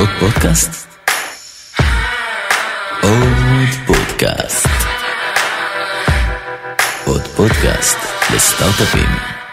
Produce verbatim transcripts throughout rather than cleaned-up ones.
עוד פודקאסט? עוד פודקאסט. עוד פודקאסט לסטארט-אפים.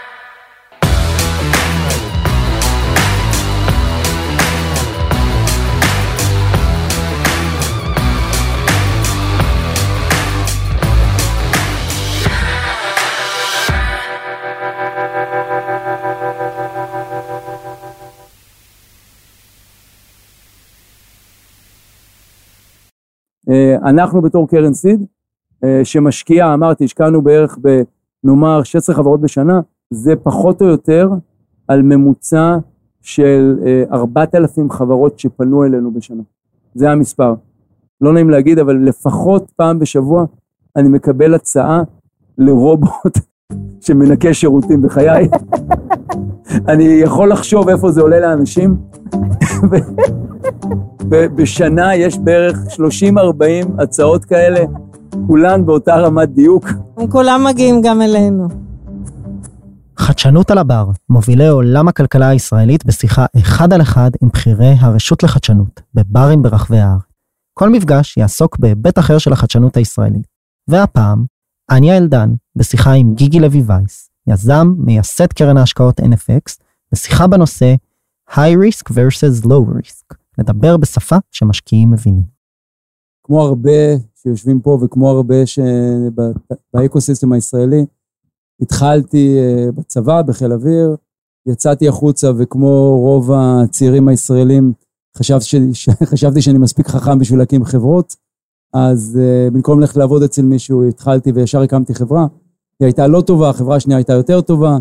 אנחנו בתור קרן סיד, שמשקיע, אמרתי, השקענו בערך בנאמר שש עשרה חברות בשנה, זה פחות או יותר על ממוצע של ארבעת אלפים חברות שפנו אלינו בשנה. זה המספר. לא נעים להגיד, אבל לפחות פעם בשבוע אני מקבל הצעה לרובוט שמנקה שירותים בחיי. אני יכול לחשוב איפה זה עולה לאנשים, ובשנה יש בערך שלושים ארבעים הצעות כאלה, כולן באותה רמת דיוק. כולם מגיעים גם אלינו. חדשנות על הבר, מובילי עולם הכלכלה הישראלית בשיחה אחד על אחד עם בחירי הרשות לחדשנות, בברים ברחבי הארץ. כל מפגש יעסוק בהיבט אחר של החדשנות הישראלית. והפעם, אניה אלדן, בשיחה עם גיגי לוי וייס, יזם, מייסד קרן ההשקעות אן אף אקס, בשיחה בנושא High Risk versus Low Risk. לדבר בשפה שמשקיעים מבינים. כמו הרבה שיושבים פה וכמו הרבה שבאקוסיסטם הישראלי, התחלתי בצבא, בחיל אוויר, יצאתי החוצה וכמו רוב הצעירים הישראלים, חשבתי, ש... חשבתי שאני מספיק חכם בשביל להקים חברות, אז במקום ללכת לעבוד אצל מישהו, התחלתי וישר הקמתי חברה, היא הייתה לא טובה, החברה השנייה הייתה יותר טובה,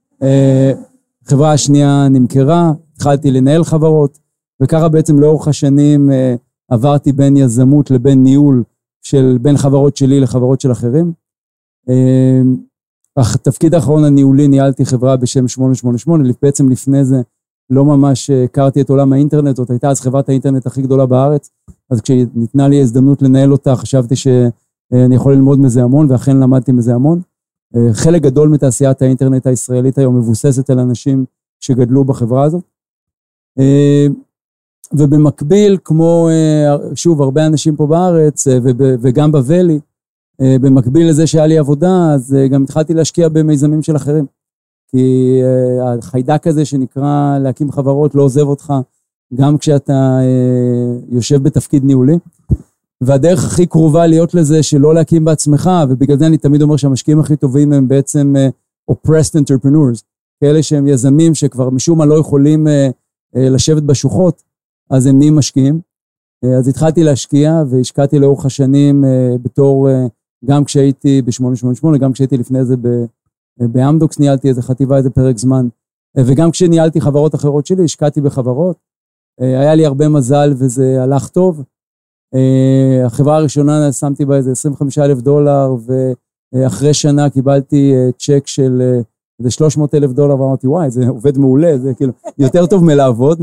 חברה השנייה נמכרה, התחלתי לנהל חברות, וככה בעצם לאורך השנים אה, עברתי בין יזמות לבין ניהול של בין חברות שלי לחברות של אחרים. אה, התפקיד האחרון הניהולי ניהלתי חברה בשם שמונה שמונה שמונה, בעצם לפני זה לא ממש הכרתי את עולם האינטרנט, זאת הייתה אז חברת האינטרנט הכי גדולה בארץ, אז כשניתנה לי הזדמנות לנהל אותה, חשבתי שאני יכול ללמוד מזה המון, ואכן למדתי מזה המון. אה, חלק גדול מתעשיית האינטרנט הישראלית היום מבוססת על אנשים שגדלו בחברה הזאת. אה, ובמקביל, כמו, שוב, הרבה אנשים פה בארץ, וגם בוואלי, במקביל לזה שהיה לי עבודה, אז גם התחלתי להשקיע במיזמים של אחרים. כי החיידק הזה שנקרא להקים חברות לא עוזב אותך, גם כשאתה יושב בתפקיד ניהולי. והדרך הכי קרובה להיות לזה שלא להקים בעצמך, ובגלל זה אני תמיד אומר שהמשקיעים הכי טובים הם בעצם oppressed entrepreneurs, כאלה שהם יזמים שכבר משום מה לא יכולים לשבת בשוחות, אז הם נהיים משקיעים. אז התחלתי להשקיע, והשקעתי לאורך השנים בתור, גם כשהייתי ב-שמונה שמונה שמונה, גם כשהייתי לפני זה באמדוקס, ניהלתי איזה חטיבה, איזה פרק זמן, וגם כשניהלתי חברות אחרות שלי, השקעתי בחברות. היה לי הרבה מזל וזה הלך טוב. החברה הראשונה שמתי בה איזה עשרים וחמישה אלף דולר, ואחרי שנה קיבלתי צ'ק של איזה שלוש מאות אלף דולר, ואמרתי, וואי, זה עובד מעולה, זה כאילו יותר טוב מלעבוד.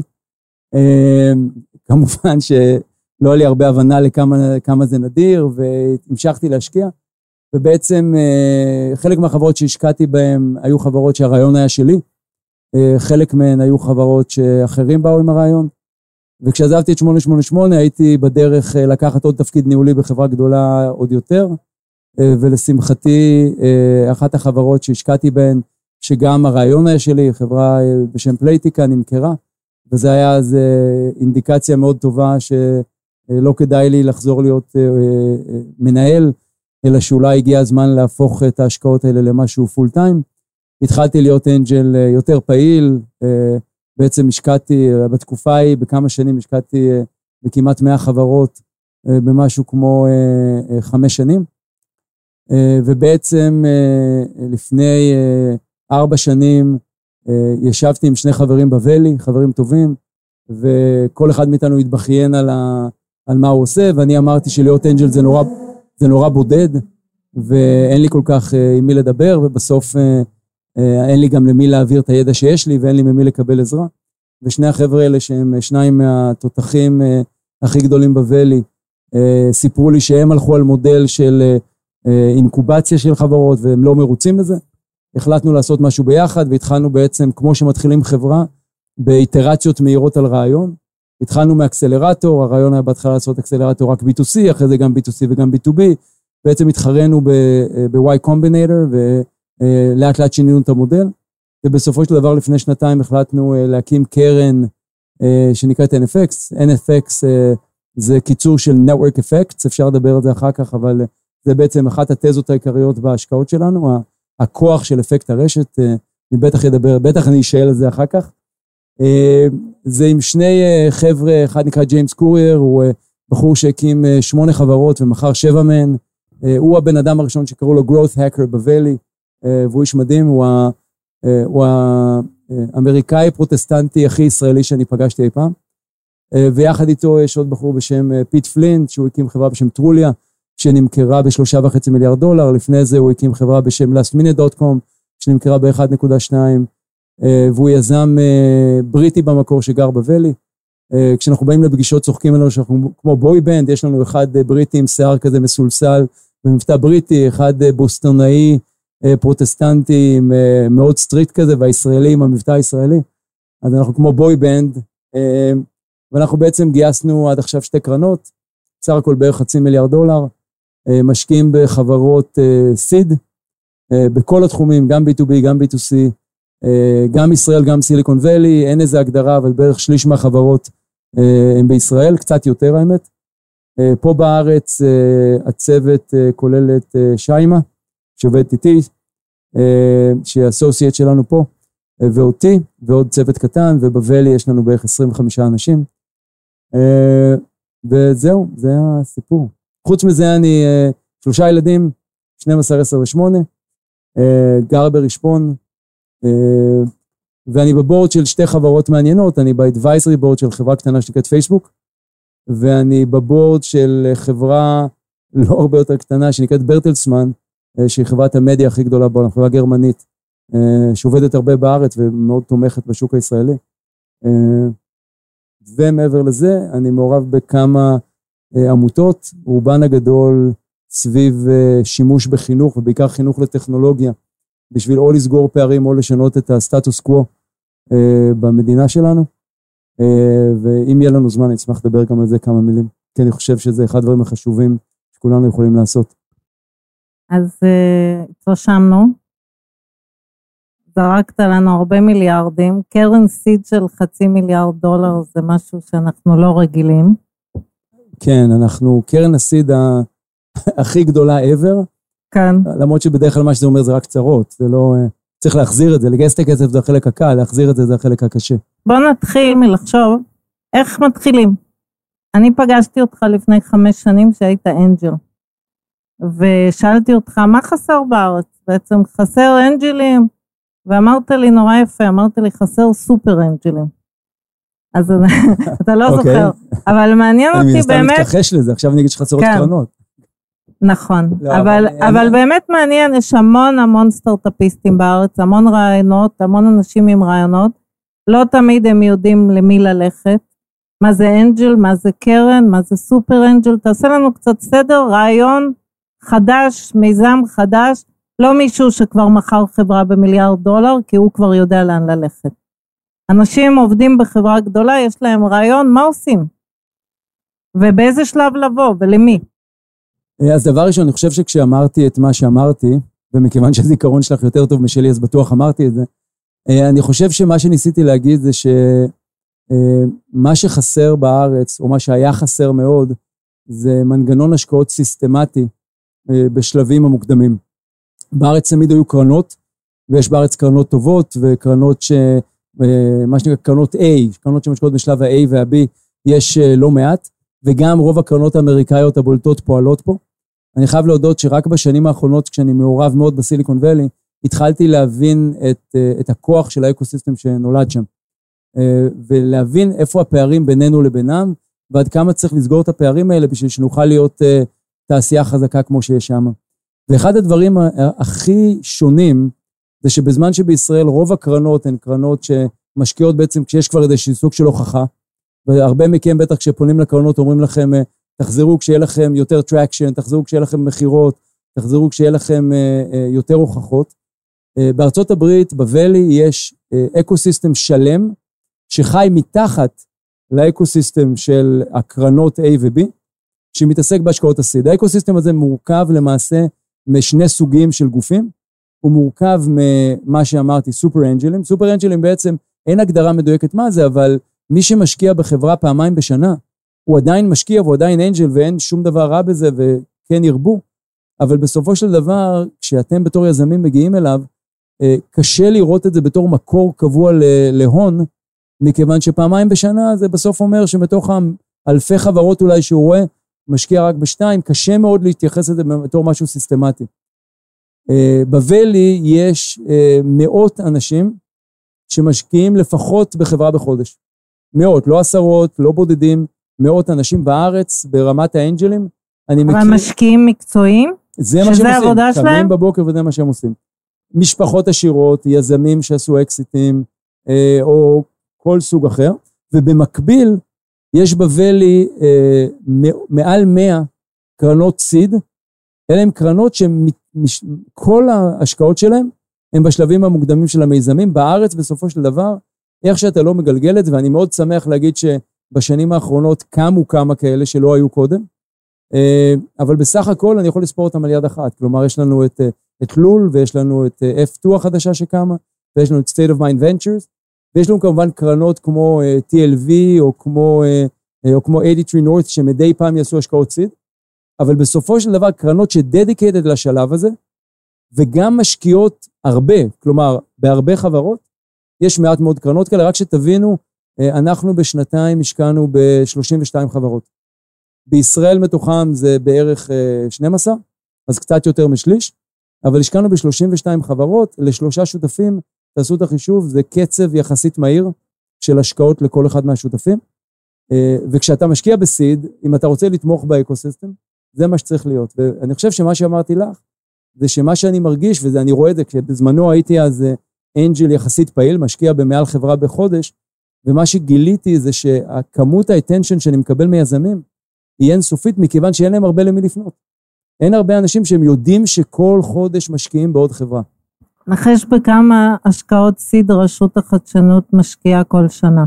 כמובן שלא היה לי הרבה הבנה לכמה כמה זה נדיר, והמשכתי להשקיע, ובעצם חלק מהחברות שהשקעתי בהן היו חברות שהרעיון היה שלי, חלק מהן היו חברות שאחרים באו עם הרעיון, וכשעזבתי את שמונה שמונה שמונה הייתי בדרך לקחת עוד תפקיד ניהולי בחברה גדולה עוד יותר, ולשמחתי אחת החברות שהשקעתי בהן, שגם הרעיון היה שלי, חברה בשם פלייטיקה נמכרה, וזה היה אז אינדיקציה מאוד טובה שלא כדאי לי לחזור להיות מנהל, אלא שאולי הגיע הזמן להפוך את ההשקעות האלה למשהו פול טיים. התחלתי להיות אנג'ל יותר פעיל, בעצם השקעתי בתקופה ההיא, בכמה שנים השקעתי בכמעט מאה חברות, במשהו כמו חמש שנים, ובעצם לפני ארבע שנים, ישבתי עם שני חברים בוואלי, חברים טובים, וכל אחד מאיתנו התבכיין על, ה, על מה הוא עושה, ואני אמרתי שלהיות אנג'ל זה נורא, זה נורא בודד, ואין לי כל כך עם מי לדבר, ובסוף אין לי גם למי להעביר את הידע שיש לי, ואין לי ממי לקבל עזרה. ושני החבר'ה האלה, שהם שניים מהתותחים הכי גדולים בוואלי, סיפרו לי שהם הלכו על מודל של אינקובציה של חברות, והם לא מרוצים בזה. החלטנו לעשות משהו ביחד, והתחלנו בעצם, כמו שמתחילים חברה, באיטרציות מהירות על רעיון. התחלנו מאקסלרטור, הרעיון היה בהתחלה לעשות אקסלרטור רק בי טו סי, אחרי זה גם בי טו סי וגם בי טו בי, בעצם התחרנו ב-Y Combinator, ולאט לאט שינינו את המודל, ובסופו של דבר לפני שנתיים החלטנו להקים קרן שנקראת אן אף אקס, אן אף אקס זה קיצור של Network Effects, אפשר לדבר על זה אחר כך, אבל זה בעצם אחת התזות העיקריות בהשקעות שלנו, הכוח של אפקט הרשת, אני בטח אדבר, בטח אני אשאל על זה אחר כך. זה עם שני חבר'ה, אחד נקרא ג'יימס קורייר, הוא בחור שהקים שמונה חברות ומחר שבע מהן, הוא הבן אדם הראשון שקראו לו growth hacker בוואלי, והוא איש מדהים, הוא, ה, הוא האמריקאי פרוטסטנטי הכי ישראלי שאני פגשתי אי פעם, ויחד איתו יש עוד בחור בשם פיט פלינט, שהוא הקים חברה בשם טרוליה, שנמכרה בשלושה וחצי מיליארד דולר, לפני זה הוא הקים חברה בשם last minute dot com, שנמכרה ב-אחד נקודה שתיים, והוא יזם בריטי במקור שגר בוואלי, כשאנחנו באים לפגישות צוחקים עלינו שאנחנו כמו בוי בנד, יש לנו אחד בריטי עם שיער כזה מסולסל, במבטא בריטי, אחד בוסטונאי פרוטסטנטי מאוד סטריט כזה, והישראלי עם המבטא הישראלי, אז אנחנו כמו בוי בנד, ואנחנו בעצם גייסנו עד עכשיו שתי קרנות, בסך הכל בערך חצי מיליארד דולר, משקיעים בחברות סיד, בכל התחומים, גם בי טו בי, גם בי טו סי, גם ישראל, גם סיליקון ואלי, אין איזה הגדרה, אבל בערך שליש מהחברות הם בישראל, קצת יותר האמת. פה בארץ הצוות כולל את שיימה, שעובדת איתי, שהיא האסוסייט שלנו פה, ואותי, ועוד צוות קטן, ובוואלי יש לנו בערך עשרים וחמישה אנשים. וזהו, זה הסיפור. חוץ מזה אני שלושה ילדים, שנים עשר, עשר ושמונה, גר ברשפון, ואני בבורד של שתי חברות מעניינות, אני באדוויזרי בורד של חברה קטנה שנקראת פייסבוק, ואני בבורד של חברה לא הרבה יותר קטנה שנקראת ברטלסמן, שהיא חברת המדיה הכי גדולה בעולם, חברה גרמנית, שעובדת הרבה בארץ ומאוד תומכת בשוק הישראלי. ומעבר לזה, אני מעורב בכמה עמותות, רובן הגדול סביב שימוש בחינוך, ובעיקר חינוך לטכנולוגיה, בשביל או לסגור פערים או לשנות את הסטטוס קוו במדינה שלנו. ואם יהיה לנו זמן, אני אשמח לדבר גם על זה כמה מילים, כי אני חושב שזה אחד הדברים החשובים שכולנו יכולים לעשות. אז התרשמנו, זרקת לנו הרבה מיליארדים, קרן סיד של חצי מיליארד דולר, זה משהו שאנחנו לא רגילים. כן, אנחנו קרן הסיד הכי גדולה ever, כן. למרות שבדרך כלל מה שזה אומר זה רק צרות, זה לא, צריך להחזיר את זה, לגייס את הכסף זה החלק הקל, להחזיר את זה זה החלק הקשה. בוא נתחיל מלחשוב, איך מתחילים? אני פגשתי אותך לפני חמש שנים שהיית אנג'ל, ושאלתי אותך, מה חסר בארץ? בעצם חסר אנג'לים, ואמרת לי נורא יפה, אמרת לי חסר סופר אנג'לים. אז אתה לא זוכר, אבל מעניין אותי באמת... אני מסתם מתכחש לזה, עכשיו אני אגיד שחסרות קרנות. נכון, אבל באמת מעניין, יש המון המון סטארט-אפיסטים בארץ, המון רעיונות, המון אנשים עם רעיונות, לא תמיד הם יודעים למי ללכת, מה זה אנג'ל, מה זה קרן, מה זה סופר אנג'ל, תעשה לנו קצת סדר, רעיון חדש, מיזם חדש, לא מישהו שכבר מכר חברה במיליארד דולר, כי הוא כבר יודע לאן ללכת. אנשים עובדים בחברה גדולה, יש להם רעיון, מה עושים? ובאיזה שלב לבוא, ולמי? אז דבר ראשון, אני חושב שכשאמרתי את מה שאמרתי, ומכיוון שהזיכרון שלך יותר טוב משלי, אז בטוח אמרתי את זה, אני חושב שמה שניסיתי להגיד זה שמה שחסר בארץ, או מה שהיה חסר מאוד, זה מנגנון השקעות סיסטמטי בשלבים המוקדמים. בארץ תמיד היו קרנות, ויש בארץ קרנות טובות, וקרנות ש... מה שנקרא קרנות A, קרנות שמשקעות בשלב ה-A וה-B, יש לא מעט, וגם רוב הקרנות האמריקאיות הבולטות פועלות פה. אני חייב להודות שרק בשנים האחרונות, כשאני מעורב מאוד בסיליקון ואלי, התחלתי להבין את, את הכוח של האקוסיסטם שנולד שם, ולהבין איפה הפערים בינינו לבינם, ועד כמה צריך לסגור את הפערים האלה, בשביל שנוכל להיות תעשייה חזקה כמו שיש שם. ואחד הדברים הכי שונים, זה שבזמן שבישראל רוב הקרנות הן קרנות שמשקיעות בעצם כשיש כבר איזשהו סוג של הוכחה, והרבה מכם בטח כשפונים לקרנות אומרים לכם, תחזרו כשיהיה לכם יותר טרקשן, תחזרו כשיהיה לכם מחירות, תחזרו כשיהיה לכם יותר הוכחות. בארצות הברית, בוואלי, יש אקוסיסטם שלם, שחי מתחת לאקוסיסטם של הקרנות A ו-B, שמתעסק בהשקעות הסיד. האקוסיסטם הזה מורכב למעשה משני סוגים של גופים, הוא מורכב ממה שאמרתי, סופר אנג'לים. סופר אנג'לים בעצם אין הגדרה מדויקת מה זה, אבל מי שמשקיע בחברה פעמיים בשנה, הוא עדיין משקיע והוא עדיין אנג'ל, ואין שום דבר רע בזה, וכן ירבו. אבל בסופו של דבר, כשאתם בתור יזמים מגיעים אליו, קשה לראות את זה בתור מקור קבוע להון, מכיוון שפעמיים בשנה זה בסוף אומר שמתוך אלפי חברות אולי שהוא רואה, משקיע רק בשתיים, קשה מאוד להתייחס לזה בתור משהו סיסטמטי. בוואלי יש מאות אנשים שמשקיעים לפחות בחברה בחודש. מאות, לא עשרות, לא בודדים, מאות אנשים בארץ ברמת האנג'לים. אבל מכיר... משקיעים מקצועיים? זה מה שהם עושים. עבודה שלהם? קמים בבוקר וזה מה שהם עושים. משפחות עשירות, יזמים שעשו אקסיטים, או כל סוג אחר, ובמקביל יש בוואלי מעל מאה קרנות סיד, אלה הם קרנות שכל ההשקעות שלהם הם בשלבים המוקדמים של המיזמים, בארץ בסופו של דבר, איך שאתה לא מגלגל את זה, ואני מאוד שמח להגיד שבשנים האחרונות קמו כמה כאלה שלא היו קודם, אבל בסך הכל אני יכול לספור אותם על יד אחת, כלומר יש לנו את, את לול, ויש לנו את אף שתיים החדשה שקמה, ויש לנו את State of Mind Ventures, ויש לנו כמובן קרנות כמו טי אל וי, או כמו, או כמו שמונים ושלוש North, שמדי פעם יעשו השקעות סיד, אבל בסופו של דבר קרנות שדדיקייטד לשלב הזה, וגם משקיעות הרבה, כלומר בהרבה חברות, יש מעט מאוד קרנות כאלה, רק שתבינו, אנחנו בשנתיים השקענו ב-שלושים ושתיים חברות. בישראל מתוכם זה בערך שתים עשרה, אז קצת יותר משליש, אבל השקענו ב-שלושים ושתיים חברות, לשלושה שותפים, תעשו את החישוב, זה קצב יחסית מהיר של השקעות לכל אחד מהשותפים, וכשאתה משקיע בסיד, אם אתה רוצה לתמוך באקוסיסטם, זה מה שצריך להיות. ואני חושב שמה שאמרתי לך, זה שמה שאני מרגיש, ואני רואה את זה, כשבזמנו הייתי אז אנג'ל יחסית פעיל, משקיע במעל חברה בחודש, ומה שגיליתי זה שהכמות האטנשן שאני מקבל מיזמים, היא אינסופית, מכיוון שאין להם הרבה למי לפנות. אין הרבה אנשים שהם יודעים שכל חודש משקיעים בעוד חברה. נחש בכמה השקעות סיד רשות החדשנות משקיעה כל שנה?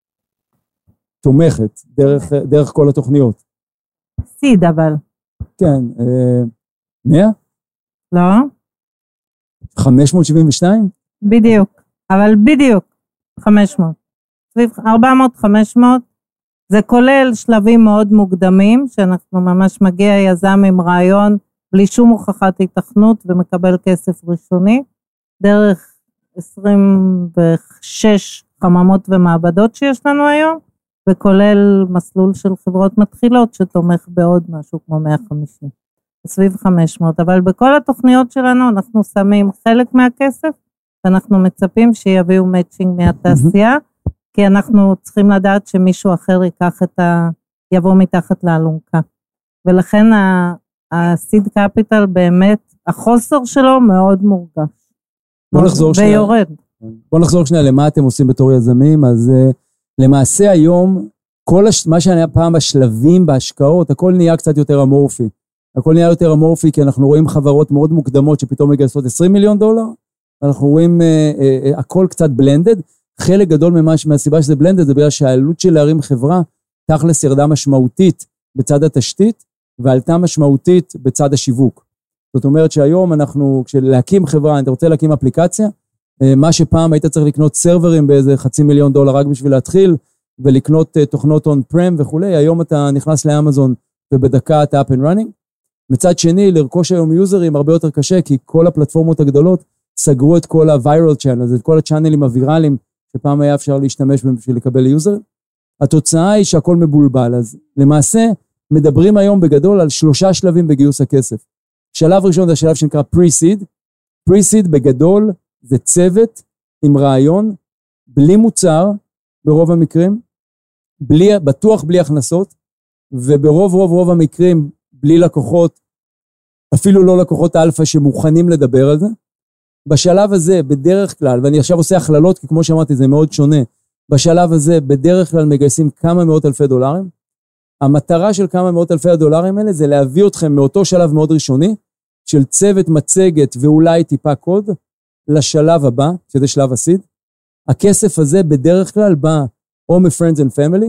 תומכת, דרך, דרך כל התוכניות. סיד אבל. כן, אה, מאה? לא. חמש מאות שבעים ושתיים? בדיוק, אבל בדיוק, חמש מאות. סביב ארבע מאות, חמש מאות, זה כולל שלבים מאוד מוקדמים, שאנחנו ממש מגיע יזם עם רעיון, בלי שום הוכחת התכנות, ומקבל כסף ראשוני, דרך עשרים ושש חממות ומעבדות שיש לנו היום, וכולל מסלול של חברות מתחילות, שתומך בעוד משהו כמו מאה וחמישים, סביב חמש מאות, אבל בכל התוכניות שלנו, אנחנו שמים חלק מהכסף, ואנחנו מצפים שיביאו מאצ'ינג מהתעשייה, כי אנחנו צריכים לדעת שמישהו אחר ייקח את ה... יבוא מתחת לאלונקה. ולכן הסיד קפיטל באמת, החוסר שלו מאוד מורגש. בוא נחזור שנייה. ויורד. בוא נחזור שנייה למה אתם עושים בתור יזמים, אז למעשה היום, כל הש... מה שהיה פעם השלבים בהשקעות, הכל נהיה קצת יותר אמורפי. הכל נהיה יותר אמורפי, כי אנחנו רואים חברות מאוד מוקדמות, שפתאום מגייסות עשרים מיליון דולר, ואנחנו רואים אה, אה, הכל קצת בלנדד, חלק גדול ממש, מהסיבה שזה בלנדד, זה בגלל שהעלות של להרים חברה, תכלס ירדה משמעותית בצד התשתית, ועלתה משמעותית בצד השיווק. זאת אומרת שהיום אנחנו, כשלהקים חברה, אתה רוצה להקים אפליקציה, מה שפעם היית צריך לקנות סרברים באיזה חצי מיליון דולר רק בשביל להתחיל, ולקנות תוכנות on prem וכו', היום אתה נכנס לאמזון, ובדקה אתה up and running. מצד שני, לרכוש היום יוזרים הרבה יותר קשה, כי כל הפלטפורמות הגדולות סגרו את כל ה-viral channels, את כל הצ'אנלים הוויראליים, שפעם היה אפשר להשתמש בהם בשביל לקבל יוזרים. התוצאה היא שהכל מבולבל, אז למעשה מדברים היום בגדול על שלושה שלבים בגיוס הכסף. שלב ראשון זה השלב שנקרא pre-seed, pre-seed בגדול זה צוות עם רעיון, בלי מוצר ברוב המקרים, בלי, בטוח בלי הכנסות, וברוב רוב רוב המקרים בלי לקוחות, אפילו לא לקוחות אלפא שמוכנים לדבר על זה. בשלב הזה בדרך כלל, ואני עכשיו עושה הכללות, כי כמו שאמרתי זה מאוד שונה, בשלב הזה בדרך כלל מגייסים כמה מאות אלפי דולרים, המטרה של כמה מאות אלפי הדולרים האלה, זה להביא אתכם מאותו שלב מאוד ראשוני, של צוות מצגת ואולי טיפה קוד, לשלב הבא, שזה שלב הסיד. הכסף הזה בדרך כלל בא או מ-Friends and Family,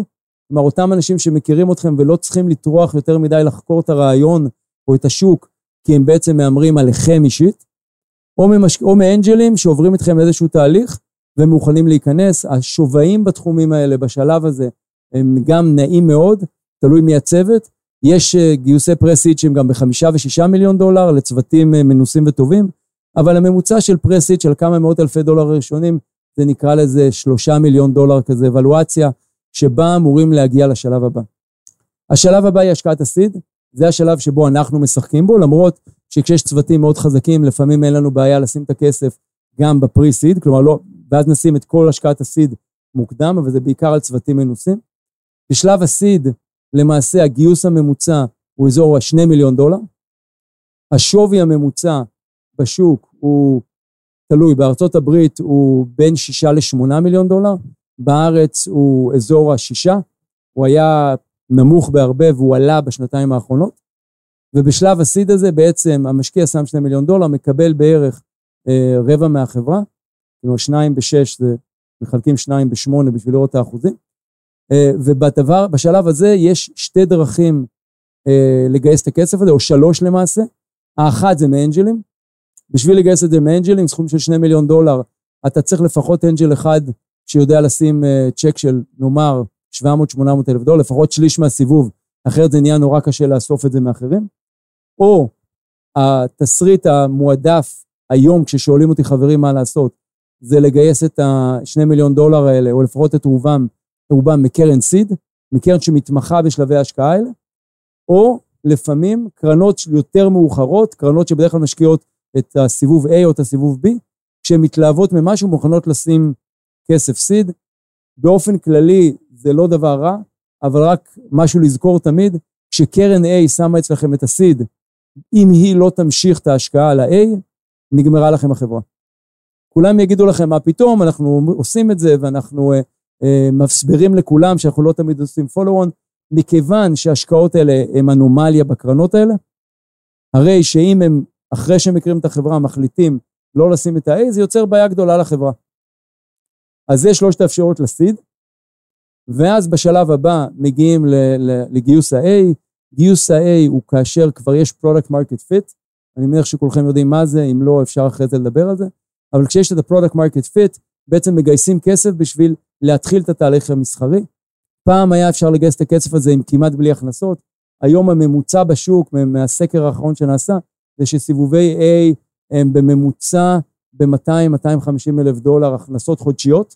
כלומר, אותם אנשים שמכירים אתכם ולא צריכים לטרוח יותר מדי לחקור את הרעיון או את השוק, כי הם בעצם מאמרים עליכם אישית, או, ממש... או מאנג'לים שעוברים איתכם איזשהו תהליך, והם מוכנים להיכנס. השובעים בתחומים האלה, בשלב הזה, הם גם נעים מאוד, תלוי מי הצוות. יש גיוסי פרסיד שהם גם בחמישה ושישה מיליון דולר, לצוותים מנוסים וטובים, אבל הממוצע של פרסיד של כמה מאות אלפי דולר ראשונים, זה נקרא לזה שלושה מיליון דולר כזה, אבלואציה, שבה אמורים להגיע לשלב הבא. השלב הבא היא השקעת הסיד, זה השלב שבו אנחנו משחקים בו, למרות שכשיש צוותים מאוד חזקים, לפעמים אין לנו בעיה לשים את הכסף גם בפרי-סיד, כלומר לא, ואז נשים את כל השקעת הסיד מוקדם, אבל זה בעיקר על צוותים מנוסים. בשלב הסיד, למעשה הגיוס הממוצע הוא אזור ה-שני מיליון דולר, השווי הממוצע בשוק הוא תלוי, בארצות הברית הוא בין שישה לשמונה מיליון דולר, בארץ הוא אזור השישה, הוא היה נמוך בהרבה והוא עלה בשנתיים האחרונות, ובשלב הסיד הזה בעצם המשקיע שם שני מיליון דולר, מקבל בערך אה, רבע מהחברה, כאילו שניים בשש זה מחלקים שניים בשמונה בשביל לראות את האחוזים, אה, ובדבר, בשלב הזה יש שתי דרכים אה, לגייס את הכסף הזה, או שלוש למעשה, האחת זה מאנג'לים, בשביל לגייס את זה מאנג'לים, סכום של שני מיליון דולר, אתה צריך לפחות אנג'ל אחד שיודע לשים אה, צ'ק של נאמר שבע מאות שמונה מאות אלף דולר, לפחות שליש מהסיבוב, אחרת זה נהיה נורא קשה לאסוף את זה מאחרים, או התסריט המועדף היום כששואלים אותי חברים מה לעשות, זה לגייס את השני מיליון דולר האלה, או לפחות את רובם, רובם מקרן סיד, מקרן שמתמחה בשלבי ההשקעה האלה, או לפעמים קרנות יותר מאוחרות, קרנות שבדרך כלל משקיעות את הסיבוב A או את הסיבוב B, כשהן מתלהבות ממשהו מוכנות לשים כסף סיד, באופן כללי זה לא דבר רע, אבל רק משהו לזכור תמיד, כשקרן A שמה אצלכם את הסיד, אם היא לא תמשיך את ההשקעה על ה-A, נגמרה לכם החברה. כולם יגידו לכם מה פתאום, אנחנו עושים את זה, ואנחנו אה, אה, מסבירים לכולם שאנחנו לא תמיד עושים follow-on, מכיוון שההשקעות האלה הם אנומליה בקרנות האלה, הרי שאם הם, אחרי שהם מכירים את החברה, מחליטים לא לשים את ה-A, זה יוצר בעיה גדולה לחברה. אז זה שלושת האפשרויות לסיד, ואז בשלב הבא מגיעים לגיוס ה-A, גיוס ה-A הוא כאשר כבר יש product market fit, אני מניח שכולכם יודעים מה זה, אם לא אפשר אחרי זה לדבר על זה, אבל כשיש את ה-product market fit, בעצם מגייסים כסף בשביל להתחיל את התהליך המסחרי, פעם היה אפשר לגייס את הכסף הזה עם כמעט בלי הכנסות, היום הממוצע בשוק, מהסקר האחרון שנעשה, זה שסיבובי A הם בממוצע ב-מאתיים עד מאתיים וחמישים אלף דולר הכנסות חודשיות,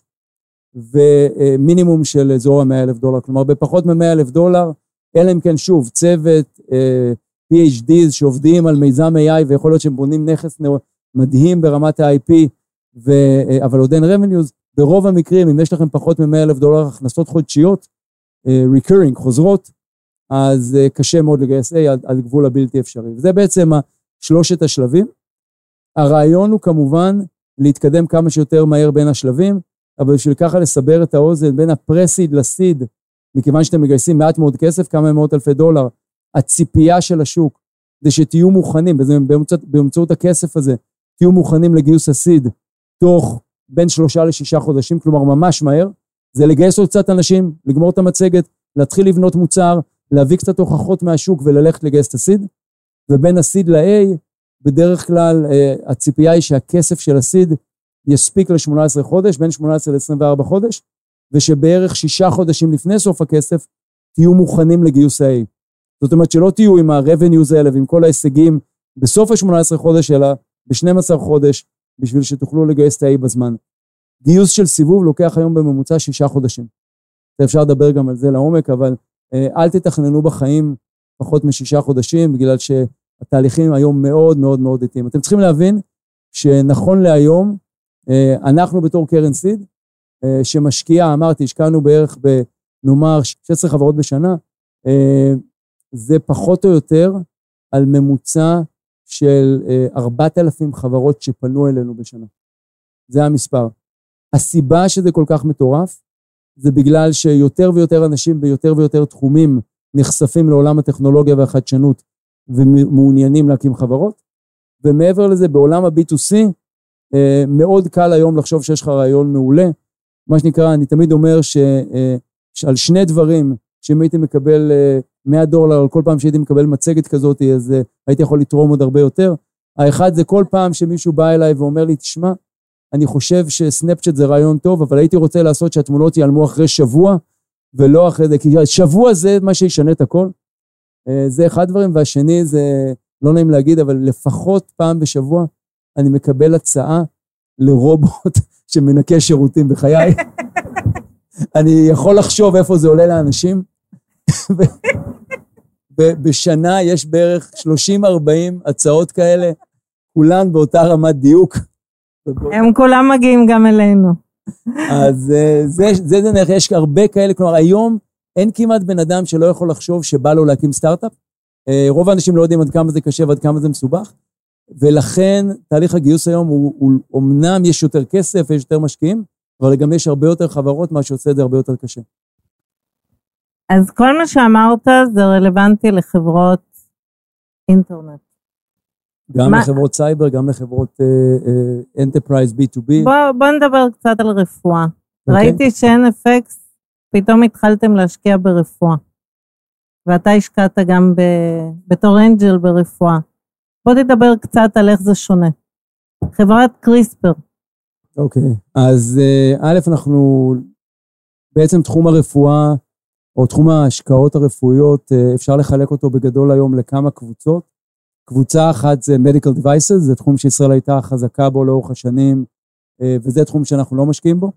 ומינימום של אזור ה-מאה אלף דולר, כלומר בפחות מ-מאה אלף דולר, אלא אם כן שוב, צוות, פי אייץ' די שעובדים על מיזם איי איי, ויכול להיות שהם בונים נכס מדהים ברמת ה-איי פי, אבל עוד אין revenues, ברוב המקרים, אם יש לכם פחות מ-מאה אלף דולר הכנסות חודשיות, recurring, חוזרות, אז קשה מאוד לגייס A על גבול הבלתי אפשרי. וזה בעצם שלושת השלבים. הרעיון הוא כמובן להתקדם כמה שיותר מהר בין השלבים, אבל בשביל ככה לסבר את האוזן בין הפרסיד לסיד, מכיוון שאתם מגייסים מעט מאוד כסף, כמה מאות אלפי דולר, הציפייה של השוק, זה שתהיו מוכנים, באמצעות, באמצעות הכסף הזה, תהיו מוכנים לגיוס הסיד, תוך בין שלושה לשישה חודשים, כלומר ממש מהר, זה לגייס עוד קצת אנשים, לגמור את המצגת, להתחיל לבנות מוצר, להביא קצת הוכחות מהשוק וללכת לגייס את הסיד, ובין הסיד ל-A, בדרך כלל הציפייה היא שהכסף של הסיד יספיק ל-שמונה עשרה חודש, בין שמונה עשרה ל-עשרים וארבעה חודש, ושבערך שישה חודשים לפני סוף הכסף, תהיו מוכנים לגיוס ה-A. זאת אומרת שלא תהיו עם ה-revenues האלה ועם כל ההישגים בסוף ה-שמונה עשרה חודש, אלא ב-שנים עשר חודש, בשביל שתוכלו לגייס את ה-A בזמן. גיוס של סיבוב לוקח היום בממוצע שישה חודשים. אפשר לדבר גם על זה לעומק, אבל אל תתכננו בחיים פחות משישה חודשים, בגלל שהתהליכים היום מאוד מאוד מאוד איטיים. אתם צריכים להבין שנכון להיום, אנחנו בתור קרן סיד, שמשקיעה, אמרתי, השקענו בערך בנאמר שש עשרה חברות בשנה, זה פחות או יותר על ממוצע של ארבעת אלפים חברות שפנו אלינו בשנה. זה המספר. הסיבה שזה כל כך מטורף, זה בגלל שיותר ויותר אנשים ביותר ויותר תחומים נחשפים לעולם הטכנולוגיה והחדשנות ומעוניינים להקים חברות, ומעבר לזה בעולם ה-בי טו סי, מאוד קל היום לחשוב שיש לך רעיון מעולה, מה שנקרא, אני תמיד אומר שעל שני דברים שאם הייתי מקבל מאה דולר על כל פעם שהייתי מקבל מצגת כזאת, אז הייתי יכול לתרום עוד הרבה יותר. האחד זה כל פעם שמישהו בא אליי ואומר לי, תשמע, אני חושב שסנאפצ'אט זה רעיון טוב, אבל הייתי רוצה לעשות שהתמונות ייעלמו אחרי שבוע, ולא אחרי זה, כי שבוע זה מה שישנה את הכל. זה אחד דברים, והשני זה, לא נעים להגיד, אבל לפחות פעם בשבוע, אני מקבל הצעה לרובוט שמנקה שירותים בחיי. אני יכול לחשוב איפה זה עולה לאנשים. ובשנה יש בערך שלושים ארבעים הצעות כאלה, כולן באותה רמת דיוק. הם כולם מגיעים גם אלינו. אז זה, זה, זה, זה, יש הרבה כאלה, כלומר, היום אין כמעט בן אדם שלא יכול לחשוב שבא לו להקים סטארט-אפ. רוב האנשים לא יודעים עד כמה זה קשה ועד כמה זה מסובך, ולכן תהליך הגיוס היום הוא, הוא אומנם יש יותר כסף, יש יותר משקיעים, אבל גם יש הרבה יותר חברות, מה שעושה את זה הרבה יותר קשה. אז כל מה שאמרת זה רלוונטי לחברות אינטרנט. גם מה? לחברות סייבר, גם לחברות אנטרפרייז בי טו בי. בוא, בוא נדבר קצת על רפואה. Okay. ראיתי ש-אן אף אקס, פתאום התחלתם להשקיע ברפואה. ואתה השקעת גם ב, בתור אנג'ל ברפואה. בוא תדבר קצת על איך זה שונה. חברת קריספר. אוקיי, okay. אז א', אנחנו בעצם תחום הרפואה, או תחום ההשקעות הרפואיות, אפשר לחלק אותו בגדול היום לכמה קבוצות. קבוצה אחת זה medical devices, זה תחום שישראל הייתה חזקה בו לאורך השנים, וזה תחום שאנחנו לא משקיעים בו.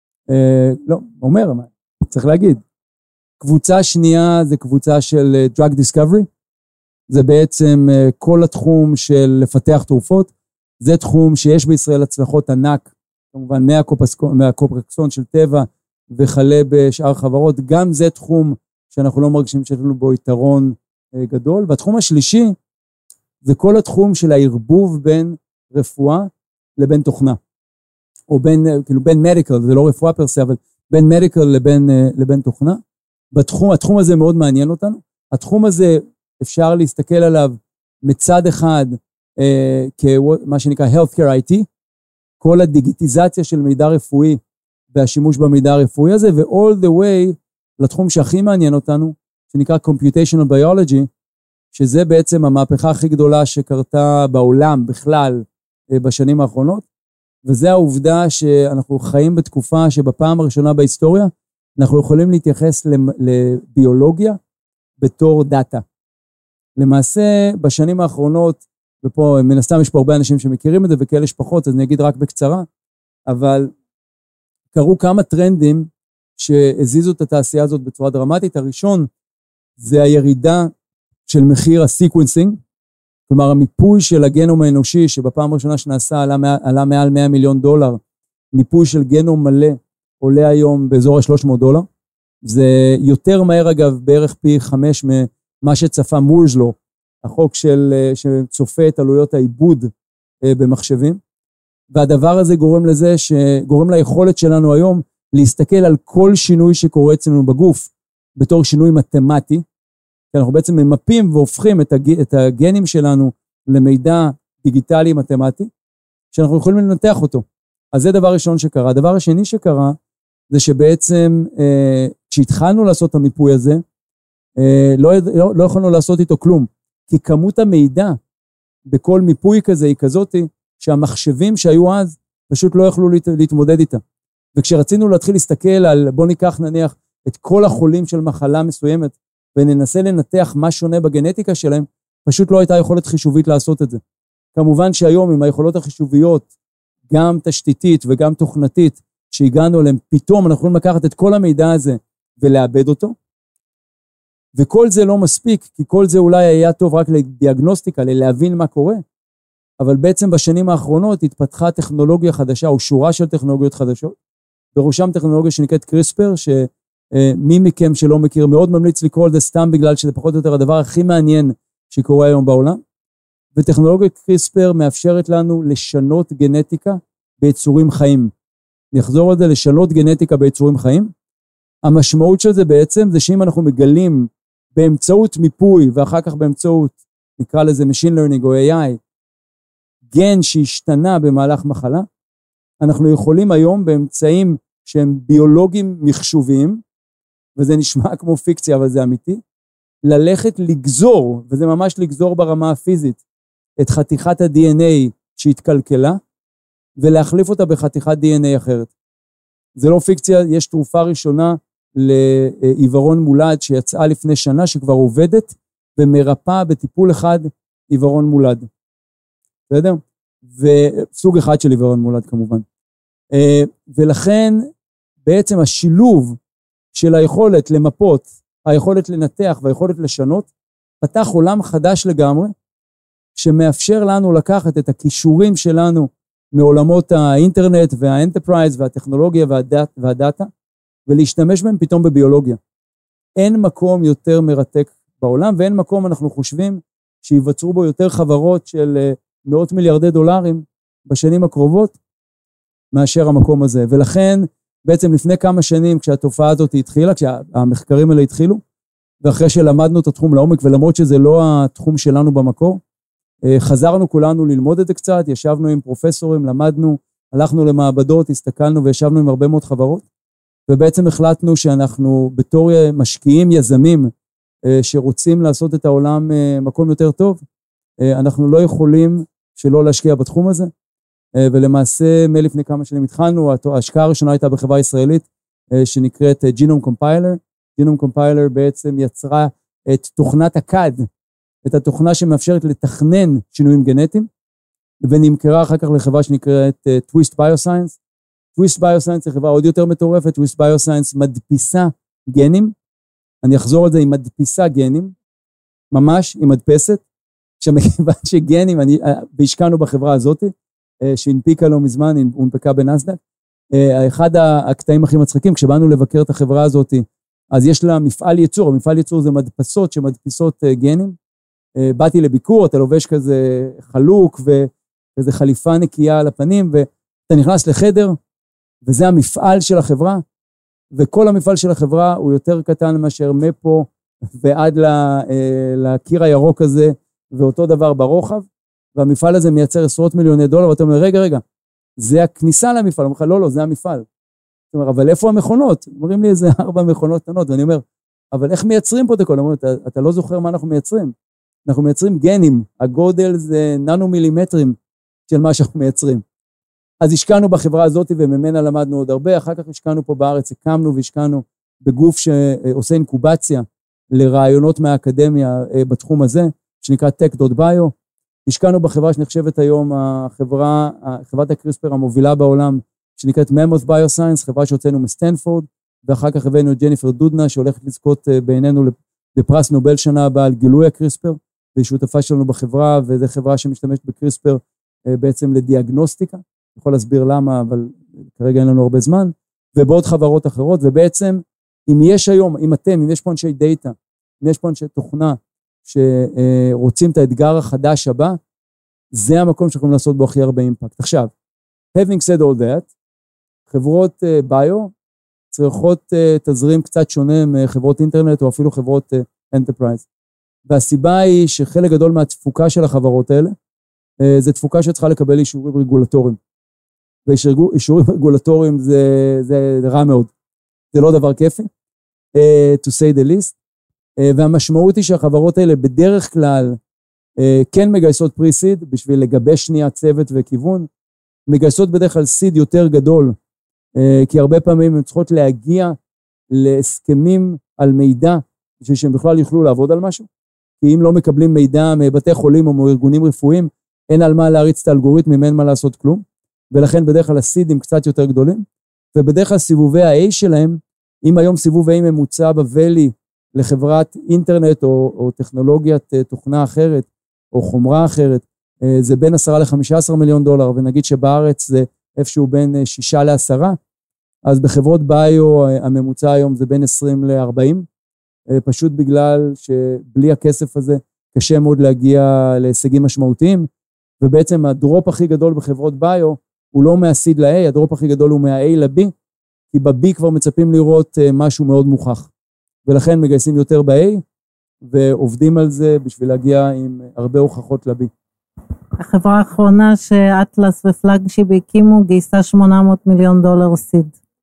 לא, אומר, צריך להגיד. קבוצה שנייה זה קבוצה של drug discovery, זה בעצם כל התחום של לפתח תרופות, זה תחום שיש בישראל הצלחות ענק, כמובן מהקופקסון של טבע, וחלה בשאר חברות, גם זה תחום שאנחנו לא מרגישים שיש לנו בו יתרון גדול, והתחום השלישי, זה כל התחום של הערבוב בין רפואה לבין תוכנה, או בין, כאילו בין מדיקל, זה לא רפואה פרסה, אבל בין מדיקל לבין, לבין תוכנה. בתחום, התחום הזה מאוד מעניין אותנו. התחום הזה אפשר להסתכל עליו מצד אחד, אה, כמה שנקרא Healthcare איי טי, כל הדיגיטיזציה של מידע רפואי, והשימוש במידע הרפואי הזה, ו-all the way לתחום שהכי מעניין אותנו, שנקרא Computational Biology, שזה בעצם המהפכה הכי גדולה שקרתה בעולם בכלל בשנים האחרונות, וזה העובדה שאנחנו חיים בתקופה שבפעם הראשונה בהיסטוריה, אנחנו יכולים להתייחס לביולוגיה בתור דאטה. למעשה, בשנים האחרונות, ופה מן הסתם יש פה הרבה אנשים שמכירים את זה, וכאלה שפחות, אז אני אגיד רק בקצרה, אבל קרו כמה טרנדים שהזיזו את התעשייה הזאת בצורה דרמטית. הראשון זה הירידה של מחיר הסיקוונסינג, כלומר המיפוי של הגנום האנושי, שבפעם הראשונה שנעשה עלה, עלה מעל מאה מיליון דולר, מיפוי של גנום מלא עולה היום באזור ה-שלוש מאות דולר, זה יותר מהר אגב בערך פי חמש ממה שצפה מורס לו, החוק של, שצופה את עלויות העיבוד במחשבים, והדבר הזה גורם לזה, שגורם ליכולת שלנו היום להסתכל על כל שינוי שקורה אצלנו בגוף, בתור שינוי מתמטי, כי אנחנו בעצם ממפים והופכים את, הג... את הגנים שלנו למידע דיגיטלי מתמטי, שאנחנו יכולים לנתח אותו. אז זה דבר ראשון שקרה. הדבר השני שקרה, זה שבעצם אה, כשהתחלנו לעשות את המיפוי הזה, אה, לא, לא, לא יכולנו לעשות איתו כלום, כי כמות המידע בכל מיפוי כזה היא כזאת, שהמחשבים שהיו אז פשוט לא יכלו להת... להתמודד איתה. וכשרצינו להתחיל להסתכל על, בוא ניקח נניח את כל החולים של מחלה מסוימת, וננסה לנתח מה שונה בגנטיקה שלהם, פשוט לא הייתה יכולת חישובית לעשות את זה. כמובן שהיום עם היכולות החישוביות, גם תשתיתית וגם תוכנתית, שהגענו אליהם, פתאום אנחנו יכולים לקחת את כל המידע הזה ולאבד אותו, וכל זה לא מספיק, כי כל זה אולי היה טוב רק לדיאגנוסטיקה, ללהבין מה קורה, אבל בעצם בשנים האחרונות התפתחה טכנולוגיה חדשה, או שורה של טכנולוגיות חדשות, בראשם טכנולוגיה שנקראת קריספר, ש... מי מכם שלא מכיר, מאוד ממליץ לקרוא על זה סתם בגלל שזה פחות או יותר הדבר הכי מעניין שקורה היום בעולם. וטכנולוגיית קריספר מאפשרת לנו לשנות גנטיקה ביצורים חיים. נחזור על זה, לשנות גנטיקה ביצורים חיים. המשמעות של זה בעצם זה שאם אנחנו מגלים באמצעות מיפוי ואחר כך באמצעות, נקרא לזה Machine Learning או איי איי, גן שהשתנה במהלך מחלה, אנחנו יכולים היום באמצעים שהם ביולוגיים מחשוביים, וזה נשמע כמו פיקציה, אבל זה אמיתי, ללכת לגזור, וזה ממש לגזור ברמה הפיזית, את חתיכת ה-די אן איי שהתקלקלה, ולהחליף אותה בחתיכת די אן איי אחרת. זה לא פיקציה, יש תרופה ראשונה לעיוורון מולד שיצאה לפני שנה, שכבר עובדת ומרפאה בטיפול אחד עיוורון מולד. בסדר? וסוג אחד של עיוורון מולד כמובן. ולכן בעצם השילוב של היכולת למפות, היכולת לנתח והיכולת לשנות, פתח עולם חדש לגמרי, שמאפשר לנו לקחת את הכישורים שלנו מעולמות האינטרנט והאנטרפרייז והטכנולוגיה והדאט, והדאטה, ולהשתמש בהם פתאום בביולוגיה. אין מקום יותר מרתק בעולם, ואין מקום, אנחנו חושבים, שיווצרו בו יותר חברות של מאות מיליארדי דולרים בשנים הקרובות, מאשר המקום הזה. ולכן, בעצם לפני כמה שנים, כשהתופעה הזאת התחילה, כשהמחקרים האלה התחילו, ואחרי שלמדנו את התחום לעומק, ולמרות שזה לא התחום שלנו במקור, חזרנו כולנו ללמוד את זה קצת, ישבנו עם פרופסורים, למדנו, הלכנו למעבדות, הסתכלנו וישבנו עם הרבה מאוד חברות, ובעצם החלטנו שאנחנו בתור משקיעים יזמים, שרוצים לעשות את העולם מקום יותר טוב, אנחנו לא יכולים שלא להשקיע בתחום הזה, ולמעשה מלפני כמה שנים התחלנו, ההשקעה הראשונה הייתה בחברה ישראלית, שנקראת Genome Compiler, Genome Compiler בעצם יצרה את תוכנת הקאד, את התוכנה שמאפשרת לתכנן שינויים גנטיים, ונמכרה אחר כך לחברה שנקראת uh, Twist Bioscience. Twist Bioscience היא חברה עוד יותר מטורפת, Twist Bioscience מדפיסה גנים, אני אחזור על זה, היא מדפיסה גנים, ממש, היא מדפסת, שמכיוון שגנים, אני, והשקענו בחברה הזאת, uh, שהנפיקה לא מזמן, היא הונפקה בנסדק, uh, אחד הקטעים הכי מצחיקים, כשבאנו לבקר את החברה הזאת, אז יש לה מפעל ייצור, המפעל ייצור זה מדפסות שמדפיסות uh, גנים, באתי לביקור, אתה לובש כזה חלוק וכזה חליפה נקייה על הפנים, ואתה נכנס לחדר, וזה המפעל של החברה, וכל המפעל של החברה הוא יותר קטן מאשר מפה ועד לקיר הירוק הזה, ואותו דבר ברוחב, והמפעל הזה מייצר עשרות מיליוני דולר, ואתה אומר, רגע, רגע, זה הכניסה למפעל, אומר לך, לא, לא, זה המפעל. אתה אומר, אבל איפה המכונות? אומרים לי איזה ארבע מכונות קטנות, ואני אומר, אבל איך מייצרים פה את הכל? אומר, אתה, אתה לא זוכר מה אנחנו מייצרים. אנחנו מייצרים גנים, הגודל זה ננו מילימטרים של מה שאנחנו מייצרים. אז השקענו בחברה הזאת וממנה למדנו עוד הרבה, אחר כך השקענו פה בארץ, הקמנו והשקענו בגוף שעושה אינקובציה לרעיונות מהאקדמיה בתחום הזה, שנקרא טק דוט ביו. השקענו בחברה שנחשבת היום החברה, חברת הקריספר המובילה בעולם, שנקראת ממות' ביוסיינס, חברה שהוצאנו מסטנפורד, ואחר כך הבאנו את ג'ניפר דודנה, שהולכת לזכות בעינינו בפרס נובל שנה הבאה על גילוי הקריספר, והיא שותפה שלנו בחברה, וזו חברה שמשתמשת בקריספר בעצם לדיאגנוסטיקה, אני יכול להסביר למה, אבל כרגע אין לנו הרבה זמן, ובעוד חברות אחרות, ובעצם אם יש היום, אם אתם, אם יש פה אנשי דאטה, אם יש פה אנשי תוכנה, שרוצים את האתגר החדש הבא, זה המקום שיכולים לעשות בו הכי הרבה אימפקט. עכשיו, having said all that, חברות ביו צריכות תזרים קצת שונה מחברות אינטרנט, או אפילו חברות אנטרפרייז. והסיבה היא שחלק גדול מהתפוקה של החברות האלה, זה תפוקה שצריכה לקבל אישורים רגולטוריים. ואישורים רגולטוריים זה, זה רע מאוד. זה לא דבר כיפי, to say the least. והמשמעות היא שהחברות האלה בדרך כלל כן מגייסות פרי-סיד, בשביל לגבש שנייה צוות וכיוון, מגייסות בדרך כלל סיד יותר גדול, כי הרבה פעמים הן צריכות להגיע להסכמים על מידע, בשביל שהם בכלל יוכלו לעבוד על משהו, כי אם לא מקבלים מידע מבתי חולים או מארגונים רפואיים, אין על מה להריץ את האלגוריתמים, אין מה לעשות כלום, ולכן בדרך כלל הסידים קצת יותר גדולים, ובדרך כלל סיבובי ה-A שלהם, אם היום סיבוב A ממוצע בוואלי, לחברת אינטרנט או, או טכנולוגיית תוכנה אחרת, או חומרה אחרת, זה בין עשרה לחמישה עשר מיליון דולר, ונגיד שבארץ זה איפשהו בין שישה לעשרה, אז בחברות ביו הממוצע היום זה בין עשרים לארבעים, פשוט בגלל שבלי הכסף הזה קשה מאוד להגיע להישגים משמעותיים, ובעצם הדרופ הכי גדול בחברות ביו הוא לא מה-C ל-A, הדרופ הכי גדול הוא מה-A ל-B, כי ב-B כבר מצפים לראות משהו מאוד מוכח. ולכן מגייסים יותר ב-A, ועובדים על זה בשביל להגיע עם הרבה הוכחות ל-B. החברה האחרונה שאטלס ופלאגשיפ הקימו, גייסה שמונה מאות מיליון דולר סיד.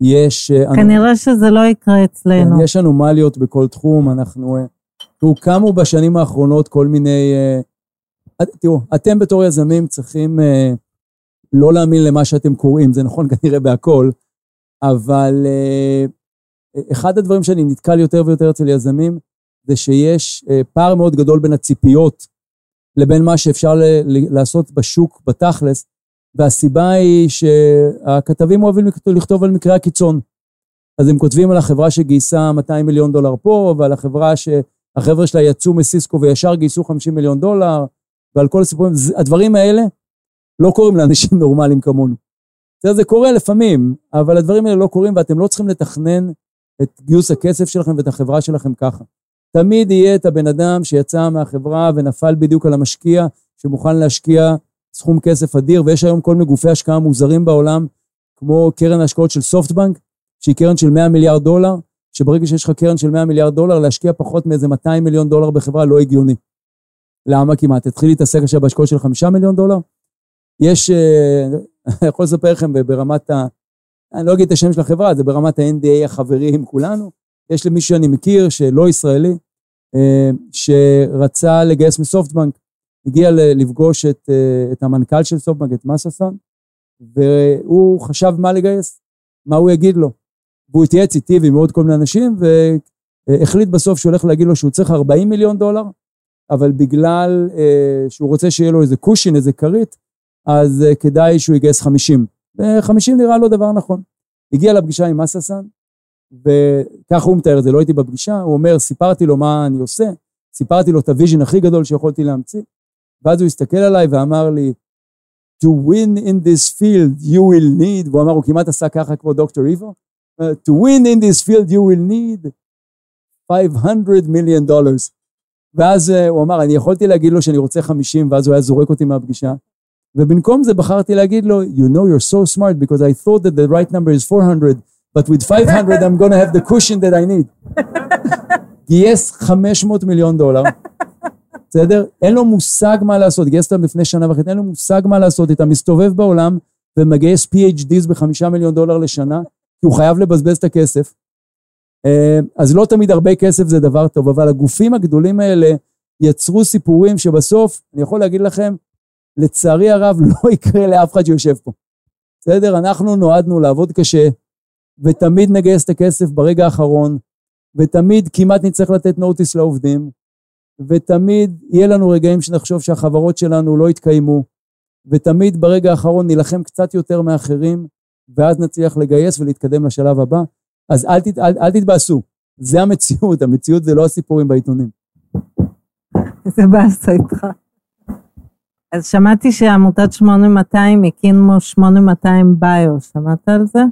יש... כנראה שזה לא יקרה אצלנו. יש אנומליות בכל תחום, אנחנו... תראו, קמו בשנים האחרונות כל מיני... תראו, אתם בתור יזמים צריכים לא להאמין למה שאתם קוראים, זה נכון כנראה בהכל, אבל אחד הדברים שאני נתקל יותר ויותר אצל יזמים, זה שיש פער מאוד גדול בין הציפיות, לבין מה שאפשר לעשות בשוק, בתכלס, והסיבה היא שהכתבים אוהבים לכתוב על מקרה הקיצון. אז הם כותבים על החברה שגייסה מאתיים מיליון דולר פה, ועל החברה שהחבר'ה שלה יצאו מסיסקו וישר גייסו חמישים מיליון דולר, ועל כל הסיפורים. הדברים האלה לא קוראים לאנשים נורמליים כמונו. זה קורה לפעמים, אבל הדברים האלה לא קורים, ואתם לא צריכים לתכנן את גיוס הכסף שלכם ואת החברה שלכם ככה. תמיד יהיה את הבן אדם שיצא מהחברה ונפל בדיוק על המשקיע, שמוכן להשקיע סכום כסף אדיר, ויש היום כל מיני גופי השקעה מוזרים בעולם, כמו קרן ההשקעות של סופטבנק, שהיא קרן של מאה מיליארד דולר, שברגע שיש לך קרן של מאה מיליארד דולר, להשקיע פחות מאיזה מאתיים מיליון דולר בחברה לא הגיוני. למה? כי מה, תתחיל להתעסק עכשיו בהשקעות של חמישה מיליון דולר? יש, אני יכול לספר לכם ברמת ה... אני לא אגיד את השם של החברה, זה ברמת ה-אן די איי החברי עם כולנו. יש למישהו שאני מכיר, שלא ישראלי, שרצה לגייס מסופטבנק, הגיע לפגוש את, את המנכ"ל של סופטבנק, את מססון, והוא חשב מה לגייס, מה הוא יגיד לו. והוא התייעץ איתי ועם עוד כל מיני אנשים, והחליט בסוף שהוא הולך להגיד לו שהוא צריך ארבעים מיליון דולר, אבל בגלל שהוא רוצה שיהיה לו איזה קושין, איזה קרית, אז כדאי שהוא יגייס חמישים. ו-חמישים נראה לו דבר נכון. הגיע לפגישה עם מססון, וככה הוא מתאר את זה, לא הייתי בפגישה, הוא אומר, סיפרתי לו מה אני עושה, סיפרתי לו את הוויז'ן הכי גדול שיכולתי להמציא, ואז הוא הסתכל עליי ואמר לי, to win in this field you will need, והוא אמר, הוא כמעט עשה ככה כמו דוקטור איבו, to win in this field you will need five hundred million dollars. ואז הוא אמר, אני יכולתי להגיד לו שאני רוצה חמישים, ואז הוא היה זורק אותי מהפגישה, ובמקום זה בחרתי להגיד לו, you know you're so smart, because I thought that the right number is four hundred, but with five hundred I'm going to have the cushion that I need. גייס חמש מאות מיליון דולר, בסדר? אין לו מושג מה לעשות, גייס אותם לפני שנה וחצי, אין לו מושג מה לעשות, אתה מסתובב בעולם, ומגייס פי אייץ' די'ס בחמישה מיליון דולר לשנה, כי הוא חייב לבזבז את הכסף. אז לא תמיד הרבה כסף זה דבר טוב, אבל הגופים הגדולים האלה יצרו סיפורים שבסוף, אני יכול להגיד לכם, לצערי הרב לא יקרה לאף אחד שיושב פה. בסדר? אנחנו נועדנו לעבוד קשה, ותמיד נגייס את הכסף ברגע האחרון, ותמיד כמעט נצטרך לתת נוטיס לעובדים, ותמיד יהיה לנו רגעים שנחשוב שהחברות שלנו לא יתקיימו, ותמיד ברגע האחרון נלחם קצת יותר מאחרים, ואז נצליח לגייס ולהתקדם לשלב הבא. אז אל, תת, אל, אל תתבאסו, זה המציאות, המציאות זה לא הסיפורים בעיתונים. זה בעשה איתך. אז שמעתי שעמותת שמונה מאתיים הקימו שמונה מאתיים ביו, שמעת על זה?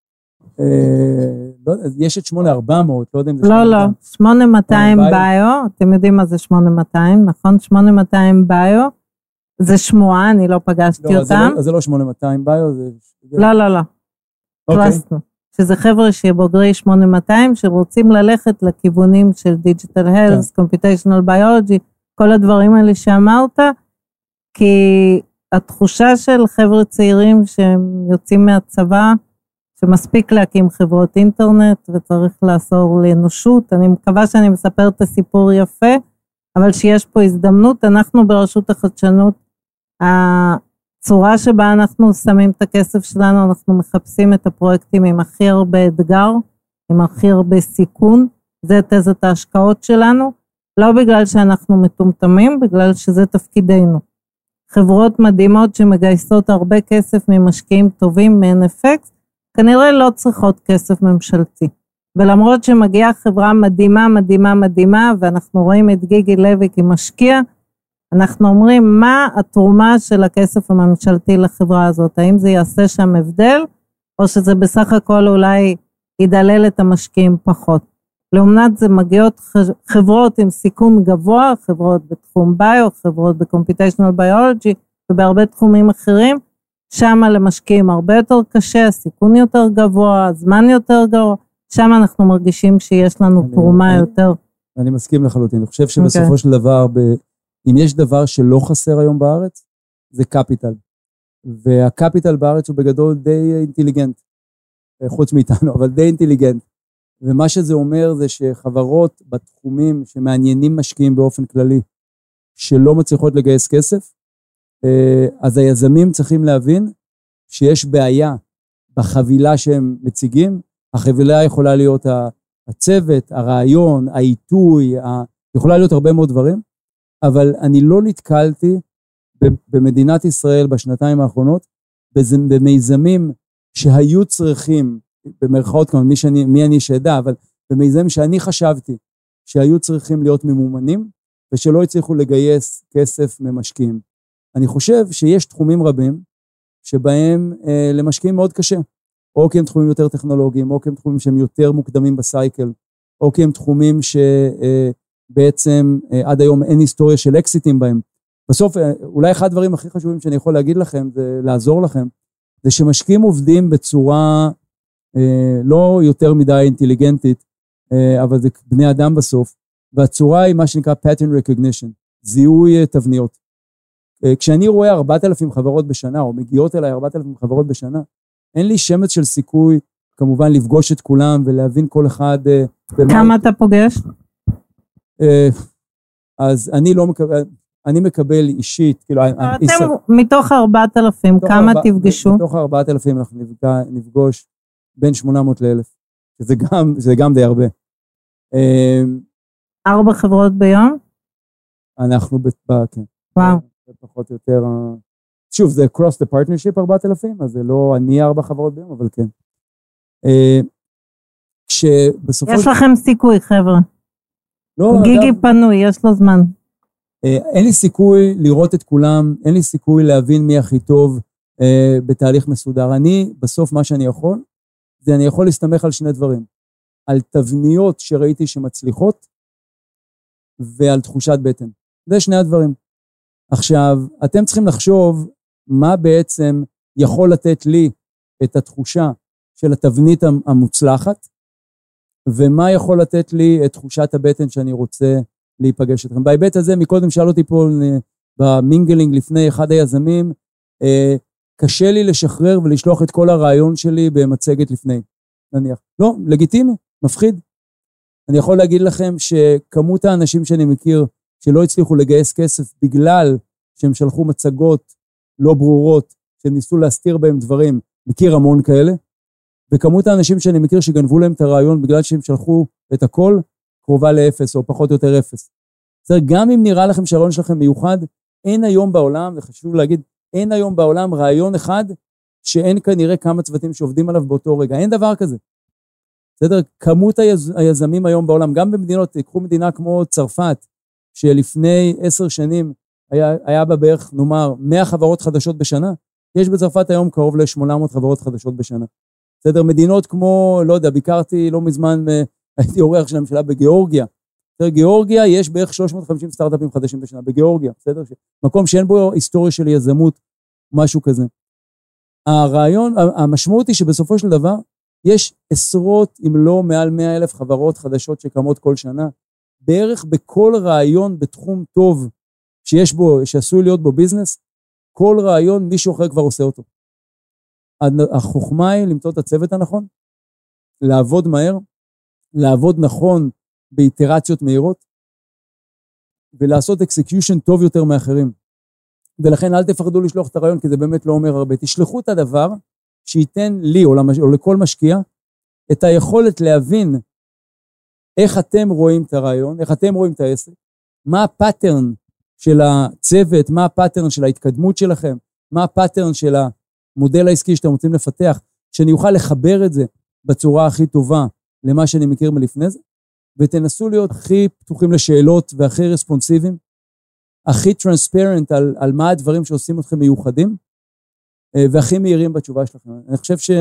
יש את שמונה ארבע מאות, לא יודע אם זה לא, לא, שמונה מאתיים ביו, אתם יודעים מה זה שמונה מאתיים, נכון? שמונה מאתיים ביו, זה שמועה, אני לא פגשתי אותם. אז זה לא שמונה מאתיים ביו, זה... לא, לא, לא. קלאסנו. שזה חבר'ה שבוגרי שמונה מאתיים, שרוצים ללכת לכיוונים של Digital Health, Computational Biology, כל הדברים האלה שאמרת, כי התחושה של חבר'ה צעירים שהם יוצאים מהצבא, שמספיק להקים חברות אינטרנט, וצריך לעזור לאנושות, אני מקווה שאני מספר את הסיפור יפה, אבל שיש פה הזדמנות, אנחנו ברשות החדשנות, הצורה שבה אנחנו שמים את הכסף שלנו, אנחנו מחפשים את הפרויקטים עם הכי הרבה אתגר, עם הכי הרבה סיכון, זה תזת ההשקעות שלנו, לא בגלל שאנחנו מטומטמים, בגלל שזה תפקידנו. חברות מדהימות שמגייסות הרבה כסף ממשקיעים טובים מ-אן אף אקס, כנראה לא צריכות כסף ממשלתי. ולמרות שמגיעה חברה מדהימה, מדהימה, מדהימה, ואנחנו רואים את גיגי לוי כמשקיע, אנחנו אומרים מה התרומה של הכסף הממשלתי לחברה הזאת, האם זה יעשה שם הבדל, או שזה בסך הכל אולי ידלל את המשקיעים פחות. לעומת זה מגיעות חברות עם סיכון גבוה, חברות בתחום ביו, חברות בקומפיוטיישנל ביולוגי, ובהרבה תחומים אחרים, שם למשקיעים הרבה יותר קשה, הסיכון יותר גבוה, הזמן יותר גבוה, שם אנחנו מרגישים שיש לנו אני, תרומה אני, יותר. אני מסכים לחלוטין, אני חושב שבסופו okay. של דבר, ב, אם יש דבר שלא חסר היום בארץ, זה קפיטל. והקפיטל בארץ הוא בגדול די אינטליגנט. חוץ מאיתנו, אבל די אינטליגנט. ומה שזה אומר זה שחברות בתחומים שמעניינים משקיעים באופן כללי, שלא מצליחות לגייס כסף, אז היזמים צריכים להבין שיש בעיה בחבילה שהם מציגים. החבילה יכולה להיות הצוות, הרעיון, העיתוי, יכולה להיות הרבה מאוד דברים, אבל אני לא נתקלתי במדינת ישראל בשנתיים האחרונות, במיזמים שהיו צריכים, במרכאות כמובן, מי, שאני, מי אני שידע, אבל במיזמים שאני חשבתי שהיו צריכים להיות ממומנים, ושלא הצליחו לגייס כסף ממשקיעים. אני חושב שיש תחומים רבים, שבהם אה, למשקיעים מאוד קשה, או כי הם תחומים יותר טכנולוגיים, או כי הם תחומים שהם יותר מוקדמים בסייקל, או כי הם תחומים שבעצם אה, אה, עד היום אין היסטוריה של אקסיטים בהם. בסוף, אה, אולי אחד הדברים הכי חשובים שאני יכול להגיד לכם, זה לעזור לכם, זה שמשקיעים עובדים בצורה אה, לא יותר מדי אינטליגנטית, אה, אבל זה בני אדם בסוף, והצורה היא מה שנקרא pattern recognition, זיהוי תבניות. אה, כשאני רואה ארבעת אלפים חברות בשנה, או מגיעות אליי ארבעת אלפים חברות בשנה, אין לי שמץ של סיכוי, כמובן, לפגוש את כולם ולהבין כל אחד. אה, כמה אתה פוגש? אה, אז אני לא מקבל, אני מקבל אישית, כאילו, אתם ישראל... מתוך ארבעת אלפים, כמה ארבע, תפגשו? מתוך ארבעת אלפים אנחנו נפגע, נפגוש בין שמונה מאות לאלף, שזה גם, שזה גם די הרבה. ארבע חברות ביום? אנחנו, כן. וואו. זה פחות או יותר, שוב, זה cross the partnership ארבעת אלפים, אז זה לא אני ארבע חברות ביום, אבל כן. כשבסופו... יש לכם סיכוי, חבר'ה. לא, גיגי אגב... פנוי, יש לו זמן. אין לי סיכוי לראות את כולם, אין לי סיכוי להבין מי הכי טוב אה, בתהליך מסודר. אני, בסוף מה שאני יכול, זה אני יכול להסתמך על שני דברים. על תבניות שראיתי שמצליחות, ועל תחושת בטן. זה שני הדברים. עכשיו, אתם צריכים לחשוב מה בעצם יכול לתת לי את התחושה של התבנית המוצלחת, ומה יכול לתת לי את תחושת הבטן שאני רוצה להיפגש אתכם. בהיבט הזה, מקודם שאל אותי פה במינגלינג לפני אחד היזמים, קשה לי לשחרר ולשלוח את כל הרעיון שלי במצגת לפני, נניח. לא, לגיטימי, מפחיד. אני יכול להגיד לכם שכמות האנשים שאני מכיר שלא הצליחו לגייס כסף בגלל שהם שלחו מצגות לא ברורות, שהם ניסו להסתיר בהם דברים, מכיר המון כאלה, וכמות האנשים שאני מכיר שגנבו להם את הרעיון בגלל שהם שלחו את הכל, קרובה לאפס או פחות או יותר אפס. זאת גם אם נראה לכם שהרעיון שלכם מיוחד, אין היום בעולם, וחשוב להגיד, אין היום בעולם רעיון אחד, שאין כנראה כמה צוותים שעובדים עליו באותו רגע. אין דבר כזה. בסדר? כמות היז, היזמים היום בעולם, גם במדינות, תיקחו מדינה כמו צרפת, שלפני עשר שנים היה, היה בה בערך, נאמר, מאה חברות חדשות בשנה, יש בצרפת היום קרוב ל-שמונה מאות חברות חדשות בשנה. בסדר? מדינות כמו, לא יודע, ביקרתי לא מזמן, הייתי אורח של הממשלה בגיאורגיה. בסדר? גיאורגיה יש בערך שלוש מאות וחמישים סטארט-אפים חדשים בשנה, בגיאורגיה, בסדר? מקום שאין בו היסטוריה של יזמות, משהו כזה. הרעיון, המשמעות היא שבסופו של דבר, יש עשרות, אם לא מעל מאה אלף חברות חדשות שקמות כל שנה, בערך בכל רעיון בתחום טוב שיש בו, שעשוי להיות בו ביזנס, כל רעיון מישהו אחר כבר עושה אותו. החוכמה היא למצוא את הצוות הנכון, לעבוד מהר, לעבוד נכון באיטרציות מהירות, ולעשות אקסקיושן טוב יותר מאחרים. ולכן אל תפחדו לשלוח את הרעיון, כי זה באמת לא אומר הרבה. תשלחו את הדבר שייתן לי או, למש... או לכל משקיע את היכולת להבין איך אתם רואים את הרעיון, איך אתם רואים את העסק, מה הפאטרן של הצוות, מה הפאטרן של ההתקדמות שלכם, מה הפאטרן של המודל העסקי שאתם רוצים לפתח, שאני אוכל לחבר את זה בצורה הכי טובה למה שאני מכיר מלפני זה, ותנסו להיות הכי פתוחים לשאלות והכי רספונסיביים, הכי טרנספרנט על, על מה הדברים שעושים אתכם מיוחדים, והכי מהירים בתשובה שלכם. אני חושב ש...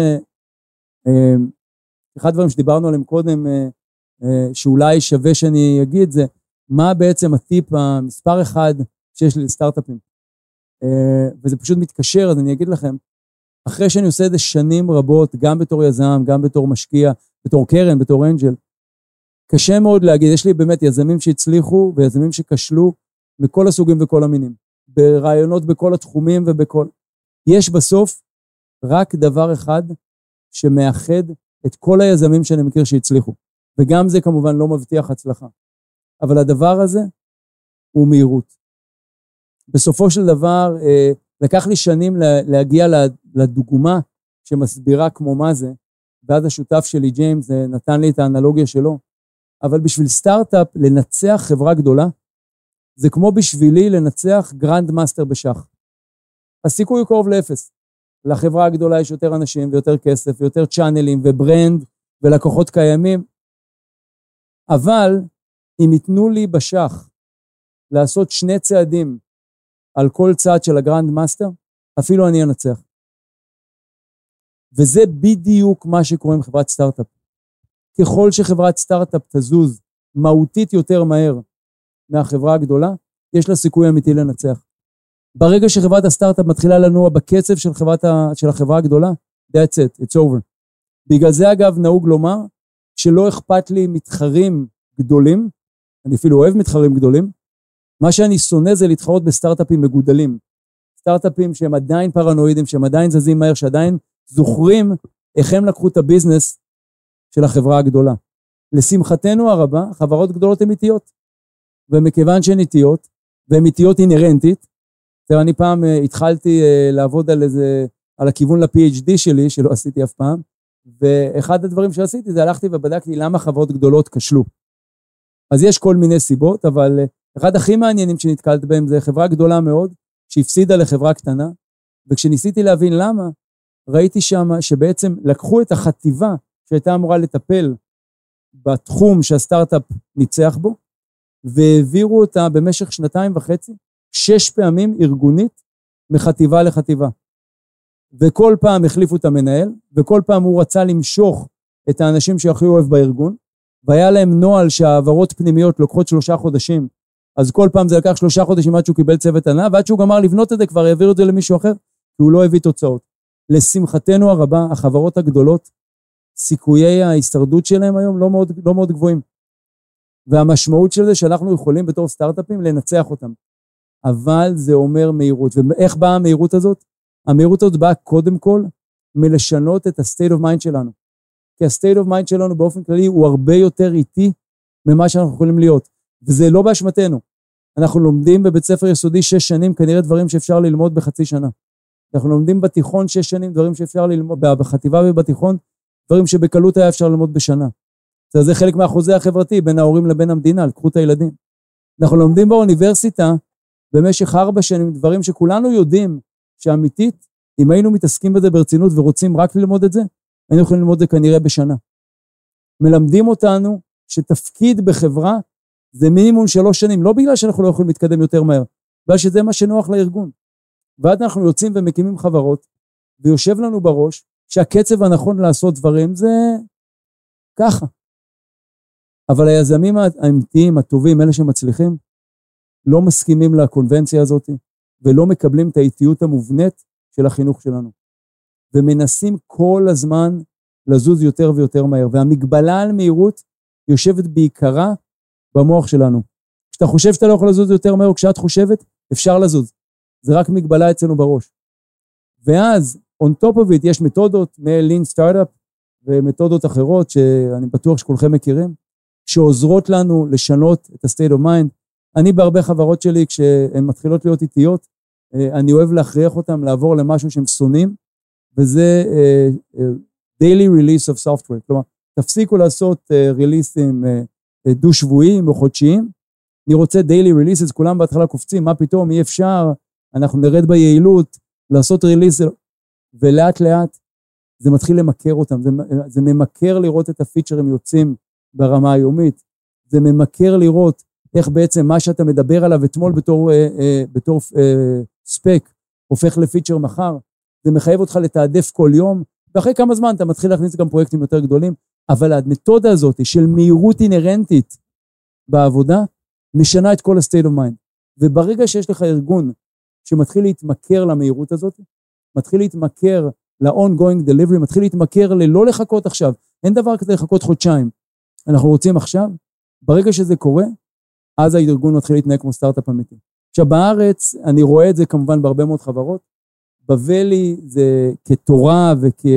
אחד הדברים שדיברנו עליהם קודם, שאולי שווה שאני אגיד זה, מה בעצם הטיפ המספר אחד שיש לי לסטארט-אפים. וזה פשוט מתקשר, אז אני אגיד לכם, אחרי שאני עושה את זה שנים רבות, גם בתור יזם, גם בתור משקיע, בתור קרן, בתור אנג'ל, קשה מאוד להגיד, יש לי באמת יזמים שהצליחו ויזמים שכשלו מכל הסוגים וכל המינים, ברעיונות בכל התחומים ובכל... יש בסוף רק דבר אחד שמאחד את כל היזמים שאני מכיר שהצליחו. וגם זה כמובן לא מבטיח הצלחה. אבל הדבר הזה הוא מהירות. בסופו של דבר, לקח לי שנים להגיע לדוגמה שמסבירה כמו מה זה, ואז השותף שלי, ג'יימס, נתן לי את האנלוגיה שלו. אבל בשביל סטארט-אפ, לנצח חברה גדולה, זה כמו בשבילי לנצח גרנד מאסטר בשח. הסיכוי הוא קרוב לאפס. לחברה הגדולה יש יותר אנשים ויותר כסף ויותר צ'אנלים וברנד ולקוחות קיימים. אבל אם ייתנו לי בשח לעשות שני צעדים על כל צעד של הגרנד מאסטר, אפילו אני אנצח. וזה בדיוק מה שקורה עם חברת סטארט-אפ. ככל שחברת סטארט-אפ תזוז מהותית יותר מהר מהחברה הגדולה, יש לה סיכוי אמיתי לנצח. ברגע שחברת הסטארט-אפ מתחילה לנוע בקצב של, חברת ה... של החברה הגדולה, that's it, it's over. בגלל זה אגב נהוג לומר, שלא אכפת לי מתחרים גדולים, אני אפילו אוהב מתחרים גדולים, מה שאני שונא זה להתחרות בסטארט-אפים מגודלים. סטארט-אפים שהם עדיין פרנואידים, שהם עדיין זזים מהר, שעדיין זוכרים איך הם לקחו את הביזנס של החברה הגדולה. לשמחתנו הרבה, חברות גדולות הן איטיות. ומכיוון שהן איטיות, והן איטיות אינרנטית, אני פעם התחלתי לעבוד על איזה, על הכיוון ל-פי אייץ' די שלי, שלא עשיתי אף פעם, ואחד הדברים שעשיתי זה הלכתי ובדקתי למה חברות גדולות כשלו. אז יש כל מיני סיבות, אבל אחד הכי מעניינים שנתקלת בהם זה חברה גדולה מאוד, שהפסידה לחברה קטנה, וכשניסיתי להבין למה, ראיתי שם שבעצם לקחו את החטיבה שהייתה אמורה לטפל בתחום שהסטארט-אפ ניצח בו, והעבירו אותה במשך שנתיים וחצי, שש פעמים ארגונית מחטיבה לחטיבה. וכל פעם החליפו את המנהל, וכל פעם הוא רצה למשוך את האנשים שהכי אוהב בארגון, והיה להם נועל שהעברות פנימיות לוקחות שלושה חודשים, אז כל פעם זה לקח שלושה חודשים עד שהוא קיבל צוות ענה, ועד שהוא גמר לבנות את זה כבר העביר את זה למישהו אחר, כי הוא לא הביא תוצאות. לשמחתנו הרבה, החברות הגדולות, סיכויי ההישרדות שלהם היום לא מאוד, לא מאוד גבוהים. והמשמעות של זה שאנחנו יכולים בתור סטארט-אפים לנצח אותם. אבל זה אומר מהירות. ואיך באה המהירות הזאת? המהירות הזאת באה קודם כל מלשנות את ה-state of mind שלנו. כי ה-state of mind שלנו באופן כללי הוא הרבה יותר איטי ממה שאנחנו יכולים להיות. וזה לא באשמתנו. אנחנו לומדים בבית ספר יסודי שש שנים, כנראה דברים שאפשר ללמוד בחצי שנה. אנחנו לומדים בתיכון שש שנים, דברים שאפשר ללמוד, בחטיבה ובתיכון, דברים שבקלות היה אפשר ללמוד בשנה. זה חלק מהחוזה החברתי בין ההורים לבין המדינה, לקחו את הילדים. אנחנו לומדים באוניברסיטה במשך ארבע שנים, דברים שכולנו יודעים שאמיתית, אם היינו מתעסקים בזה ברצינות ורוצים רק ללמוד את זה, היינו יכולים ללמוד את זה כנראה בשנה. מלמדים אותנו שתפקיד בחברה זה מינימום שלוש שנים, לא בגלל שאנחנו לא יכולים להתקדם יותר מהר, בגלל שזה מה שנוח לארגון. ועד אנחנו יוצאים ומקימים חברות, ויושב לנו בראש שהקצב הנכון לעשות דברים זה ככה. אבל היזמים האמיתיים, הטובים, אלה שמצליחים, לא מסכימים לקונבנציה הזאת, ולא מקבלים את האיטיות המובנית של החינוך שלנו. ומנסים כל הזמן לזוז יותר ויותר מהר. והמגבלה על מהירות יושבת בעיקרה במוח שלנו. כשאתה חושב שאתה לא יכול לזוז יותר מהר, כשאת חושבת, אפשר לזוז. זה רק מגבלה אצלנו בראש. ואז, on top of it, יש מתודות מ-Lean Startup, ומתודות אחרות שאני בטוח שכולכם מכירים, שעוזרות לנו לשנות את ה-state of mind. אני בהרבה חברות שלי, כשהן מתחילות להיות איטיות, אני אוהב להכריח אותם לעבור למשהו שהם שונאים, וזה uh, uh, daily release of software. כלומר, תפסיקו לעשות uh, releaseים uh, דו-שבועיים או חודשיים, אני רוצה daily releases, כולם בהתחלה קופצים, מה פתאום, אי אפשר, אנחנו נרד ביעילות, לעשות release, ולאט לאט זה מתחיל למכר אותם, זה, זה ממכר לראות את הפיצ'רים יוצאים ברמה היומית, זה ממכר לראות איך בעצם מה שאתה מדבר עליו אתמול בתור, אה, אה, בתור אה, ספק, הופך לפיצ'ר מחר, זה מחייב אותך לתעדף כל יום, ואחרי כמה זמן אתה מתחיל להכניס גם פרויקטים יותר גדולים, אבל המתודה הזאת של מהירות אינרנטית בעבודה, משנה את כל ה-state of mind. וברגע שיש לך ארגון שמתחיל להתמכר למהירות הזאת, מתחיל להתמכר ל-ongoing delivery, מתחיל להתמכר ללא לחכות עכשיו, אין דבר כזה לחכות חודשיים, אנחנו רוצים עכשיו, ברגע שזה קורה, אז הארגון מתחיל להתנהג כמו סטארט-אפ אמיתי. עכשיו בארץ, אני רואה את זה כמובן בהרבה מאוד חברות, בבלי זה כתורה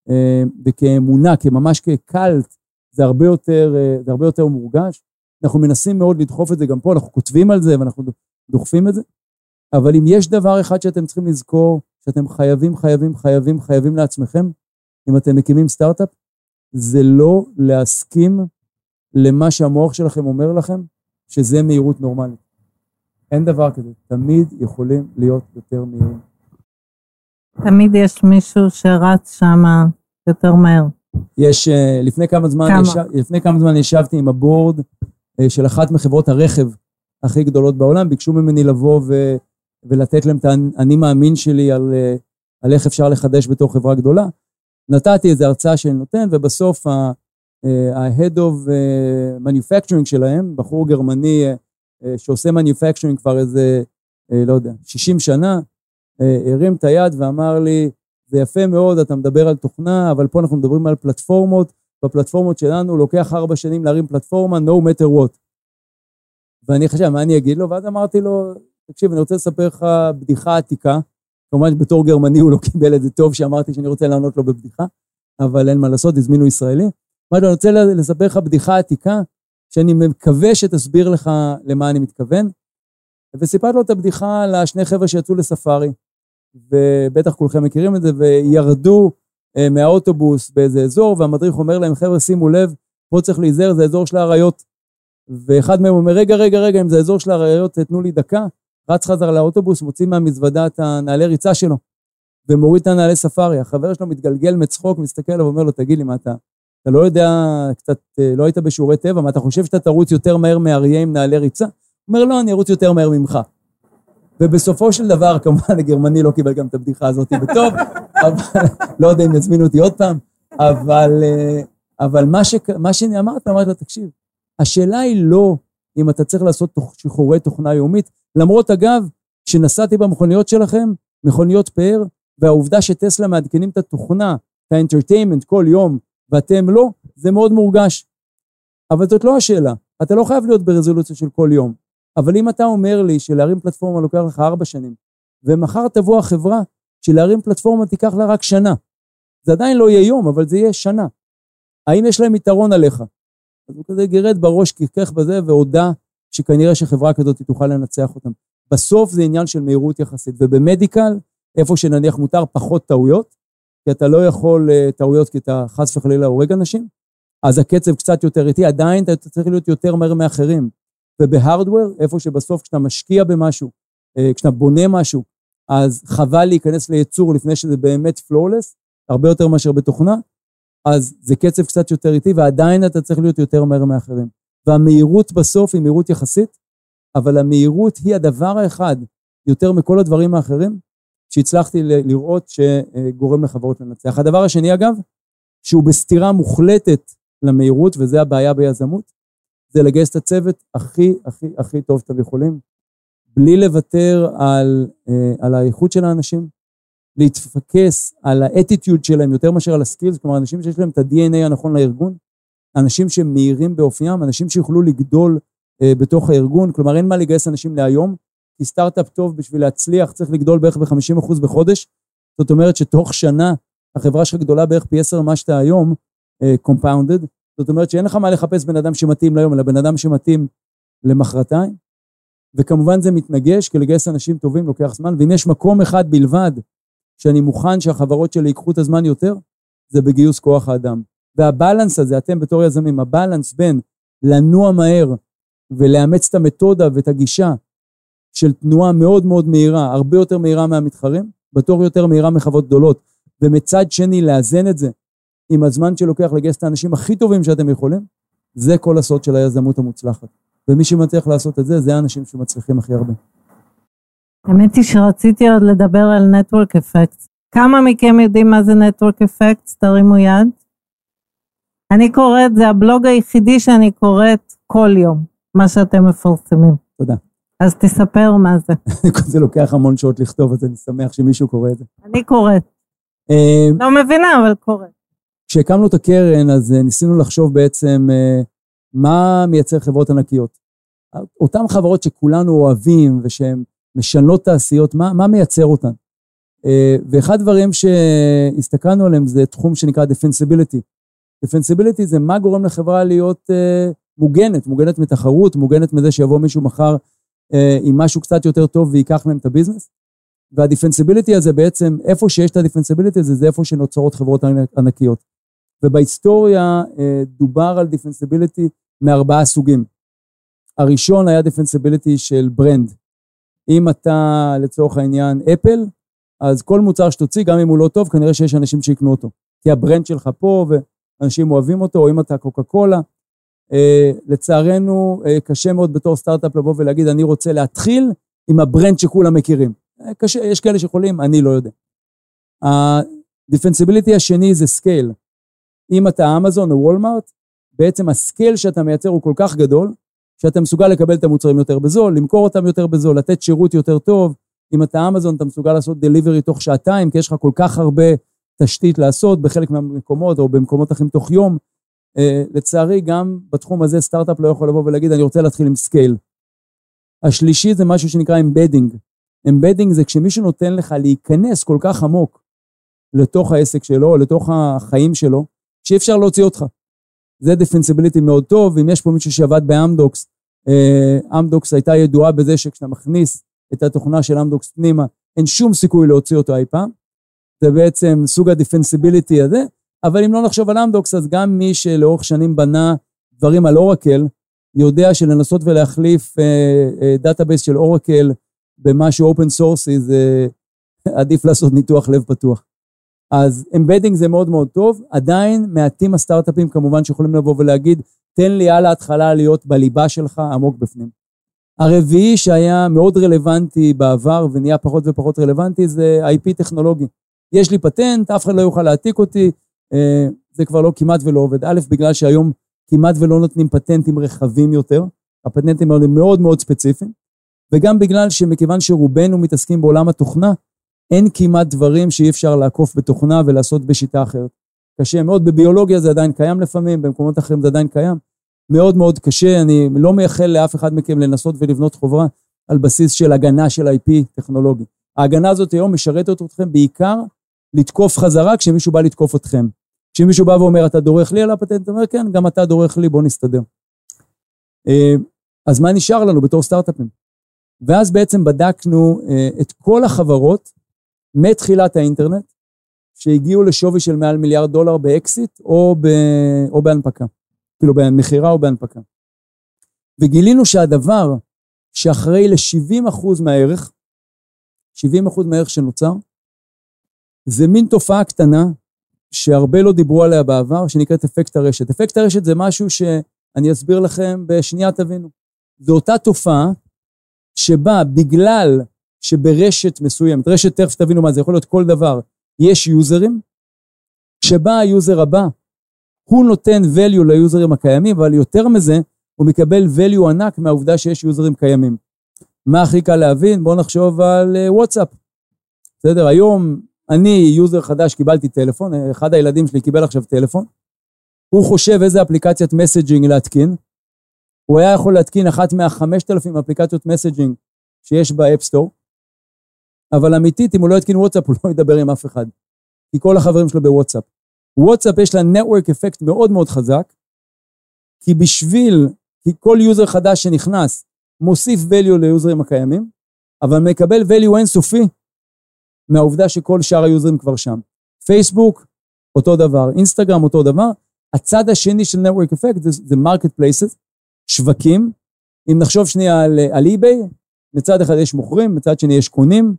וכאמונה, כממש כקלט, זה הרבה יותר, זה הרבה יותר מורגש. אנחנו מנסים מאוד לדחוף את זה גם פה, אנחנו כותבים על זה ואנחנו דוחפים את זה, אבל אם יש דבר אחד שאתם צריכים לזכור, שאתם חייבים, חייבים, חייבים, חייבים לעצמכם, אם אתם מקימים סטארט-אפ, זה לא להסכים למה שהמוח שלכם אומר לכם, שזה מהירות נורמלית. אין דבר כזה, תמיד יכולים להיות יותר מהירים. תמיד יש מישהו שרץ שם יותר מהר. יש, לפני כמה זמן, ישב, לפני כמה זמן ישבתי עם הבורד של אחת מחברות הרכב הכי גדולות בעולם, ביקשו ממני לבוא ו, ולתת להם את האני מאמין שלי על, על איך אפשר לחדש בתור חברה גדולה. נתתי איזו הרצאה שאני נותן, ובסוף ה-Head of Manufacturing שלהם, בחור גרמני שעושה Manufacturing כבר איזה, לא יודע, שישים שנה, הרים את היד ואמר לי, זה יפה מאוד, אתה מדבר על תוכנה, אבל פה אנחנו מדברים על פלטפורמות, בפלטפורמות שלנו לוקח ארבע שנים להרים פלטפורמה, no matter what. ואני חושב, מה אני אגיד לו? ואז אמרתי לו, תקשיב, אני רוצה לספר לך בדיחה עתיקה, כמובן בתור גרמני הוא לא קיבל את זה טוב, שאמרתי שאני רוצה לענות לו בבדיחה, אבל אין מה לעשות, הזמינו ישראלי. אמרתי לו, אני רוצה לספר לך בדיחה עתיקה, שאני מקווה שתסביר לך למה אני מתכוון, וסיפרתי לו את הבדיחה על השני חבר'ה שיצאו לספארי, ובטח כולכם מכירים את זה, וירדו אה, מהאוטובוס באיזה אזור, והמדריך אומר להם, חבר'ה, שימו לב, פה צריך להיזהר, זה אזור של האריות. ואחד מהם אומר, רגע, רגע, רגע, אם זה אזור של האריות, תתנו לי דקה, רץ חזר לאוטובוס, מוציא מהמזוודה את הנעלי ריצה שלו, ומוריד את הנעלי ספארי. החבר שלו מתגלגל מצחוק, מסתכל ואומר לו, תגיד לי, מה אתה, אתה לא יודע, קצת, לא היית בשיעורי טבע, מה אתה חושב שאתה תרוץ יותר מהר מאריה עם נעלי ריצה? הוא אומר, לא, אני ארוץ יותר מהר ממך. ובסופו של דבר, כמובן, הגרמני לא קיבל גם את הבדיחה הזאת בטוב, אבל, לא יודע אם יזמינו אותי עוד פעם, אבל, אבל מה, ש, מה שאני אמרת, אמרת לה, תקשיב, השאלה היא לא אם אתה צריך לעשות שחרורי תוכנה יומית, למרות אגב, שנסעתי במכוניות שלכם, מכוניות פאר, והעובדה שטסלה מעדכנים את התוכנה, את האנטרטיימנט כל יום, ואתם לא, זה מאוד מורגש. אבל זאת לא השאלה, אתה לא חייב להיות ברזולוציה של כל יום. אבל אם אתה אומר לי שלהרים פלטפורמה לוקח לך ארבע שנים, ומחר תבוא החברה שלהרים פלטפורמה תיקח לה רק שנה, זה עדיין לא יהיה יום, אבל זה יהיה שנה. האם יש להם יתרון עליך? אז הוא כזה גירד בראש, כיכך בזה, והודע שכנראה שחברה כזאת תוכל לנצח אותם. בסוף זה עניין של מהירות יחסית, ובמדיקל, איפה שנניח מותר פחות טעויות, כי אתה לא יכול טעויות, כי אתה חס וחלילה הורג אנשים, אז הקצב קצת יותר איטי, עדיין אתה צריך להיות יותר מהר מאחרים. ובהארדוור, איפה שבסוף כשאתה משקיע במשהו, כשאתה בונה משהו, אז חבל להיכנס לייצור לפני שזה באמת פלולס, הרבה יותר מאשר בתוכנה, אז זה קצב קצת יותר איטי, ועדיין אתה צריך להיות יותר מהר מאחרים. והמהירות בסוף היא מהירות יחסית, אבל המהירות היא הדבר האחד, יותר מכל הדברים האחרים, שהצלחתי לראות שגורם לחברות לנצח. הדבר השני אגב, שהוא בסתירה מוחלטת למהירות, וזה הבעיה ביזמות, זה לגייס את הצוות הכי, הכי, הכי טוב שאתם יכולים, בלי לוותר על, על האיכות של האנשים, להתפקס על האטיטיוד שלהם יותר מאשר על הסקילס, כלומר אנשים שיש להם את ה-די אן איי הנכון לארגון, אנשים שמהירים באופיים, אנשים שיוכלו לגדול אה, בתוך הארגון, כלומר אין מה לגייס אנשים להיום, כי סטארט-אפ טוב בשביל להצליח, צריך לגדול בערך ב-חמישים אחוז בחודש, זאת אומרת שתוך שנה החברה שלך גדולה בערך פי עשר מה שאתה היום, אה, compounded, זאת אומרת שאין לך מה לחפש בן אדם שמתאים ליום, אלא בן אדם שמתאים למחרתיים, וכמובן זה מתנגש, כי לגייס אנשים טובים לוקח זמן, ואם יש מקום אחד בלבד, שאני מוכן שהחברות שלי ייקחו את הזמן יותר, זה בגיוס כוח האדם. והבלנס הזה, אתם בתור יזמים, הבלנס בין לנוע מהר, ולאמץ את המתודה ואת הגישה, של תנועה מאוד מאוד מהירה, הרבה יותר מהירה מהמתחרים, בתור יותר מהירה מחברות גדולות, ומצד שני לאזן את זה, עם הזמן שלוקח לגייס את האנשים הכי טובים שאתם יכולים, זה כל הסוד של היזמות המוצלחת. ומי שמצליח לעשות את זה, זה האנשים שמצליחים הכי הרבה. האמת היא שרציתי עוד לדבר על Network Effects. כמה מכם יודעים מה זה Network Effects? תרימו יד. אני קוראת, זה הבלוג היחידי שאני קוראת כל יום, מה שאתם מפרסמים. תודה. אז תספר מה זה. זה לוקח המון שעות לכתוב, אז אני שמח שמישהו קורא את זה. אני קוראת. לא מבינה, אבל קוראת. כשהקמנו את הקרן, אז ניסינו לחשוב בעצם מה מייצר חברות ענקיות. אותן חברות שכולנו אוהבים ושהן משנות תעשיות, מה, מה מייצר אותן? ואחד הדברים שהסתכלנו עליהם זה תחום שנקרא defensibility. defensibility זה מה גורם לחברה להיות מוגנת, מוגנת מתחרות, מוגנת מזה שיבוא מישהו מחר עם משהו קצת יותר טוב ויקח להם את הביזנס. והדיפנסיביליטי הזה בעצם, איפה שיש את הדיפנסיביליטי הזה, זה איפה שנוצרות חברות ענקיות. ובהיסטוריה דובר על דיפנסיביליטי מארבעה סוגים. הראשון היה דיפנסיביליטי של ברנד. אם אתה לצורך העניין אפל, אז כל מוצר שתוציא, גם אם הוא לא טוב, כנראה שיש אנשים שיקנו אותו. כי הברנד שלך פה ואנשים אוהבים אותו, או אם אתה קוקה קולה. לצערנו, קשה מאוד בתור סטארט-אפ לבוא ולהגיד, אני רוצה להתחיל עם הברנד שכולם מכירים. קשה, יש כאלה שיכולים, אני לא יודע. הדיפנסיביליטי השני זה סקייל. אם אתה אמזון או וולמארט, בעצם הסקייל שאתה מייצר הוא כל כך גדול, שאתה מסוגל לקבל את המוצרים יותר בזול, למכור אותם יותר בזול, לתת שירות יותר טוב. אם אתה אמזון, אתה מסוגל לעשות דליברי תוך שעתיים, כי יש לך כל כך הרבה תשתית לעשות, בחלק מהמקומות או במקומות אחרים תוך יום. לצערי, גם בתחום הזה סטארט-אפ לא יכול לבוא ולהגיד, אני רוצה להתחיל עם סקייל. השלישי זה משהו שנקרא אמבדינג. אמבדינג זה כשמישהו נותן לך להיכנס כל כך עמוק לתוך העסק שלו, או לתוך החיים שלו, שאי אפשר להוציא אותך. זה דיפנסיביליטי מאוד טוב, אם יש פה מישהו שעבד באמדוקס, אמדוקס הייתה ידועה בזה שכשאתה מכניס את התוכנה של אמדוקס פנימה, אין שום סיכוי להוציא אותו אי פעם, זה בעצם סוג הדיפנסיביליטי הזה, אבל אם לא נחשוב על אמדוקס, אז גם מי שלאורך שנים בנה דברים על אורקל, יודע שלנסות ולהחליף דאטאבייס של אורקל, במשהו אופן סורסי, זה עדיף לעשות ניתוח לב פתוח. אז אמבדינג זה מאוד מאוד טוב, עדיין מעטים הסטארט-אפים כמובן שיכולים לבוא ולהגיד, תן לי על ההתחלה להיות בליבה שלך עמוק בפנים. הרביעי שהיה מאוד רלוונטי בעבר, ונהיה פחות ופחות רלוונטי, זה איי פי טכנולוגי. יש לי פטנט, אף אחד לא יוכל להעתיק אותי, זה כבר לא כמעט ולא עובד. א', בגלל שהיום כמעט ולא נותנים פטנטים רחבים יותר, הפטנטים האלה מאוד מאוד ספציפיים, וגם בגלל שמכיוון שרובנו מתעסקים בעולם התוכנה, אין כמעט דברים שאי אפשר לעקוף בתוכנה ולעשות בשיטה אחרת. קשה מאוד, בביולוגיה זה עדיין קיים לפעמים, במקומות אחרים זה עדיין קיים. מאוד מאוד קשה, אני לא מייחל לאף אחד מכם לנסות ולבנות חברה על בסיס של הגנה של איי פי טכנולוגי. ההגנה הזאת היום משרתת אתכם בעיקר לתקוף חזרה כשמישהו בא לתקוף אתכם. כשמישהו בא ואומר, אתה דורך לי על הפטנט, אתה אומר, כן, גם אתה דורך לי, בוא נסתדר. אז מה נשאר לנו בתור סטארט-אפים? ואז בעצם בדקנו את כל החברות מתחילת האינטרנט, שהגיעו לשווי של מעל מיליארד דולר באקסיט או, ב, או בהנפקה, כאילו במחירה או בהנפקה. וגילינו שהדבר שאחראי ל-שבעים אחוז מהערך, שבעים אחוז מהערך שנוצר, זה מין תופעה קטנה, שהרבה לא דיברו עליה בעבר, שנקראת אפקט הרשת. אפקט הרשת זה משהו שאני אסביר לכם בשנייה תבינו. זו אותה תופעה, שבה בגלל שברשת מסוימת, רשת תכף תבינו מה זה, יכול להיות כל דבר, יש יוזרים, כשבא היוזר הבא, הוא נותן value ליוזרים הקיימים, אבל יותר מזה, הוא מקבל value ענק מהעובדה שיש יוזרים קיימים. מה הכי קל להבין? בואו נחשוב על וואטסאפ. בסדר, היום אני יוזר חדש, קיבלתי טלפון, אחד הילדים שלי קיבל עכשיו טלפון, הוא חושב איזה אפליקציית מסג'ינג להתקין, הוא היה יכול להתקין אחת מה-חמשת אלפים אפליקציות מסג'ינג שיש באפסטור, אבל אמיתית, אם הוא לא יתקין וואטסאפ, הוא לא ידבר עם אף אחד, כי כל החברים שלו בוואטסאפ. וואטסאפ יש לה נטוורק אפקט מאוד מאוד חזק, כי בשביל, כי כל יוזר חדש שנכנס, מוסיף value ליוזרים הקיימים, אבל מקבל value אינסופי, מהעובדה שכל שאר היוזרים כבר שם. פייסבוק, אותו דבר, אינסטגרם, אותו דבר, הצד השני של נטוורק אפקט, זה, זה מרקט פלייסס, שווקים, אם נחשוב שנייה על, על eBay, מצד אחד יש מוכרים, מצד שני יש קונים,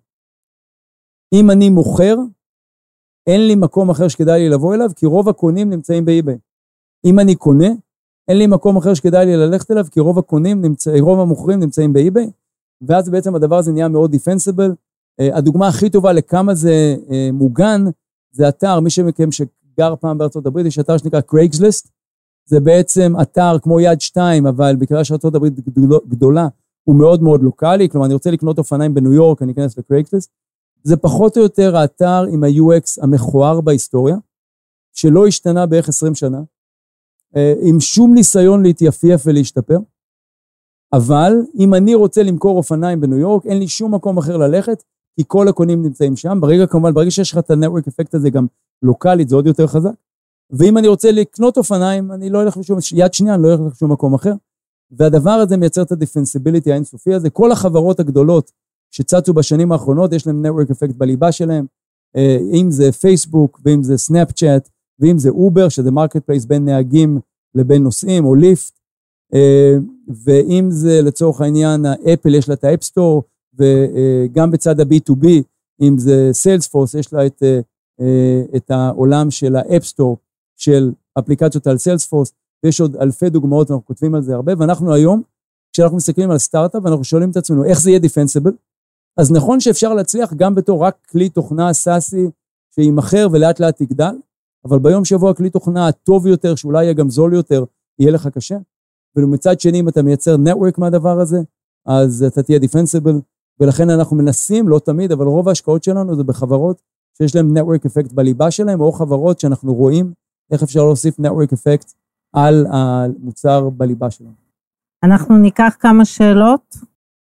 אם אני מוכר, אין לי מקום אחר שכדאי לי לבוא אליו, כי רוב הקונים נמצאים ב-eBay. אם אני קונה, אין לי מקום אחר שכדאי לי ללכת אליו, כי רוב הקונים, נמצא, רוב המוכרים נמצאים ב-eBay, ואז בעצם הדבר הזה נהיה מאוד defensible. הדוגמה הכי טובה לכמה זה מוגן, זה אתר, מי שמכם שגר פעם בארצות הברית, יש אתר שנקרא Craigslist, זה בעצם אתר כמו יד שתיים, אבל בגלל שארצות הברית גדולה, הוא מאוד מאוד לוקלי, כלומר אני רוצה לקנות אופניים בניו יורק, אני אכנס לקרייקסליסט, זה פחות או יותר האתר עם ה-יו אקס המכוער בהיסטוריה, שלא השתנה בערך עשרים שנה, עם שום ניסיון להתייפייף ולהשתפר, אבל אם אני רוצה למכור אופניים בניו יורק, אין לי שום מקום אחר ללכת, כי כל הקונים נמצאים שם, ברגע כמובן, ברגע שיש לך את הנטוורק אפקט הזה גם לוקלית, זה עוד יותר חזק, ואם אני רוצה לקנות אופניים, אני לא אלך לשום, יד שנייה, אני לא אלך לשום מקום אחר, והדבר הזה מייצר את הדיפנסיביליטי האינסופי הזה, כל החברות הגדולות שצצו בשנים האחרונות, יש להם נטוורק אפקט בליבה שלהם, אם זה פייסבוק, ואם זה סנאפצ'אט, ואם זה אובר, שזה מרקט פלייס בין נהגים לבין נוסעים, או ליפט, ואם זה לצורך העניין, האפל יש לה את האפסטור, וגם בצד ה-בי טו בי, אם זה סיילספורס, יש לה את, את העולם של האפסטור, של אפליקציות על סיילספורס, ויש עוד אלפי דוגמאות, אנחנו כותבים על זה הרבה, ואנחנו היום, כשאנחנו מסתכלים על סטארט-אפ, ואנחנו שואלים את עצמנו, איך זה יהיה דיפנסיבל? אז נכון שאפשר להצליח גם בתור רק כלי תוכנה סאסי, שימחר ולאט לאט תגדל, אבל ביום שבוע כלי תוכנה הטוב יותר, שאולי יהיה גם זול יותר, יהיה לך קשה. ולמצד שני, אם אתה מייצר נטוורק מהדבר הזה, אז אתה תהיה דיפנסיבל, ולכן אנחנו מנסים, לא תמיד, אבל רוב ההשקעות שלנו זה בחברות שיש להם נטוורק אפקט בליבה שלהם, או חברות שאנחנו רואים איך אפשר להוסיף נטוורק אפקט על המוצר בליבה שלנו. אנחנו ניקח כמה שאלות.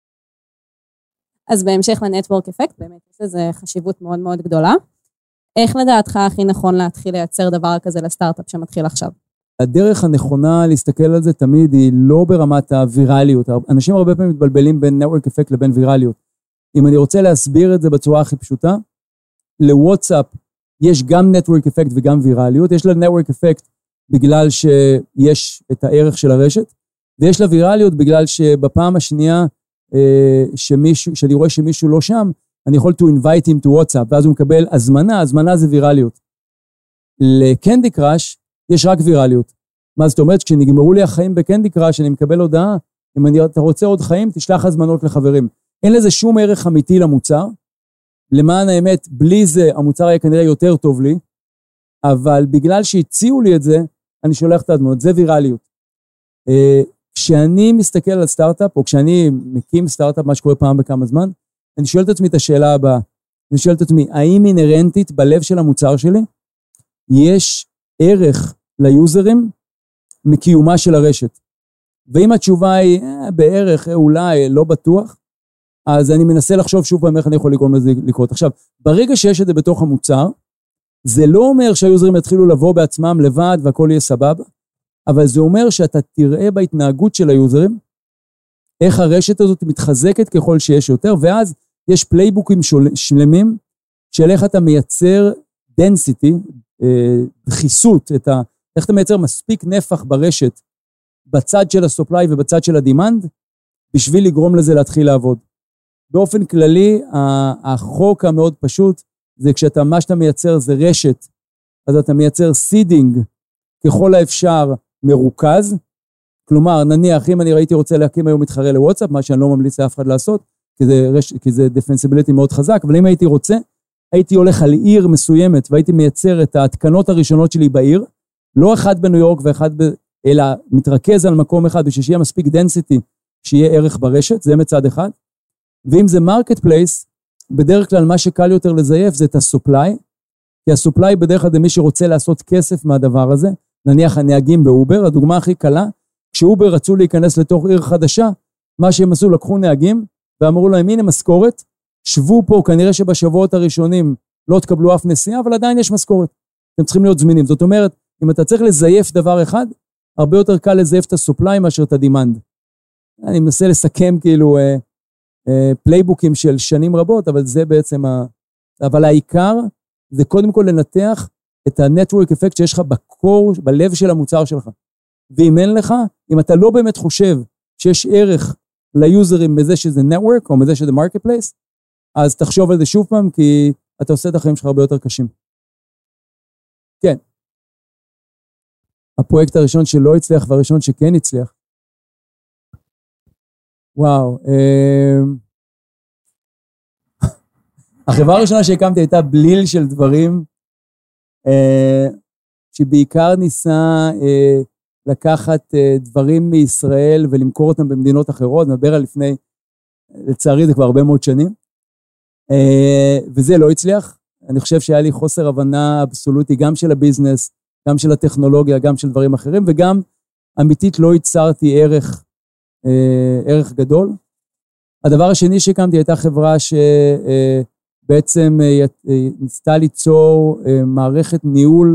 אז בהמשך לנטוורק אפקט, באמת יש לזה חשיבות מאוד מאוד גדולה. איך לדעתך הכי נכון להתחיל לייצר דבר כזה לסטארט-אפ שמתחיל עכשיו? הדרך הנכונה להסתכל על זה תמיד היא לא ברמת הווירליות. אנשים הרבה פעמים מתבלבלים בין נטוורק אפקט לבין וירליות. אם אני רוצה להסביר את זה בצורה הכי פשוטה, לוואטסאפ יש גם נטוורק אפקט וגם וירליות. יש לה נטוורק אפקט בגלל שיש את הערך של הרשת, ויש לה וירליות בגלל שבפעם השנייה שמישהו, שאני רואה שמישהו לא שם, אני יכול to invite him to WhatsApp, ואז הוא מקבל הזמנה, הזמנה זה וירליות. לקנדי קראש יש רק וירליות. מה זאת אומרת? כשנגמרו לי החיים בקנדי קראש, אני מקבל הודעה, אם אני, אתה רוצה עוד חיים, תשלח הזמנות לחברים. אין לזה שום ערך אמיתי למוצר, למען האמת, בלי זה המוצר היה כנראה יותר טוב לי, אבל בגלל שהציעו לי את זה, אני שולח את ההזמנות, זה וירליות. כשאני מסתכל על סטארט-אפ, או כשאני מקים סטארט-אפ, מה שקורה פעם בכמה זמן, אני שואל את עצמי את השאלה הבאה, אני שואל את עצמי, האם אינרנטית בלב של המוצר שלי, יש ערך ליוזרים מקיומה של הרשת? ואם התשובה היא, אה, בערך, אה, אולי, לא בטוח, אז אני מנסה לחשוב שוב פעם איך אני יכול לגרום לזה לקרות. עכשיו, ברגע שיש את זה בתוך המוצר, זה לא אומר שהיוזרים יתחילו לבוא בעצמם לבד והכל יהיה סבבה, אבל זה אומר שאתה תראה בהתנהגות של היוזרים, איך הרשת הזאת מתחזקת ככל שיש יותר, ואז יש פלייבוקים שלמים, של איך אתה מייצר density, דחיסות, את ה, איך אתה מייצר מספיק נפח ברשת, בצד של הסופליי ובצד של הדימנד, בשביל לגרום לזה להתחיל לעבוד. באופן כללי, החוק המאוד פשוט, זה כשאתה, מה שאתה מייצר זה רשת, אז אתה מייצר סידינג, ככל האפשר מרוכז, כלומר, נניח, אם אני ראיתי רוצה להקים היום מתחרה לוואטסאפ, מה שאני לא ממליץ לאף אחד לעשות, כי זה, רש... כי זה defensibility מאוד חזק, אבל אם הייתי רוצה, הייתי הולך על עיר מסוימת, והייתי מייצר את ההתקנות הראשונות שלי בעיר, לא אחד בניו יורק ואחד, ב... אלא מתרכז על מקום אחד, בשביל שיהיה מספיק density, שיהיה ערך ברשת, זה מצד אחד, ואם זה מרקט פלייס, בדרך כלל מה שקל יותר לזייף זה את הסופליי, כי הסופליי בדרך כלל זה מי שרוצה לעשות כסף מהדבר הזה, נניח הנהגים באובר, הדוגמה הכי קלה, כשאובר רצו להיכנס לתוך עיר חדשה, מה שהם עשו, לקחו נהגים, ואמרו להם, הנה משכורת, שבו פה, כנראה שבשבועות הראשונים לא תקבלו אף נסיעה, אבל עדיין יש משכורת. אתם צריכים להיות זמינים. זאת אומרת, אם אתה צריך לזייף דבר אחד, הרבה יותר קל לזייף את הסופליי מאשר את הדימנד. אני מנסה לסכם כאילו אה, אה, פלייבוקים של שנים רבות, אבל זה בעצם ה... אבל העיקר זה קודם כל לנתח את הנטוורק אפקט שיש לך בקור, בלב של המוצר שלך. ואם אין לך, אם אתה לא באמת חושב שיש ערך ליוזרים בזה שזה נטוורק, או בזה שזה מרקט פלייס, אז תחשוב על זה שוב פעם, כי אתה עושה את החיים שלך הרבה יותר קשים. כן. הפרויקט הראשון שלא הצליח, והראשון שכן הצליח. וואו. החברה הראשונה שהקמתי הייתה בליל של דברים, שבעיקר ניסה לקחת דברים מישראל ולמכור אותם במדינות אחרות, נדבר על לפני, לצערי זה כבר הרבה מאוד שנים, וזה לא הצליח. אני חושב שהיה לי חוסר הבנה אבסולוטי, גם של הביזנס, גם של הטכנולוגיה, גם של דברים אחרים, וגם אמיתית לא ייצרתי ערך, ערך גדול. הדבר השני שהקמתי הייתה חברה בעצם ניסתה ליצור מערכת ניהול,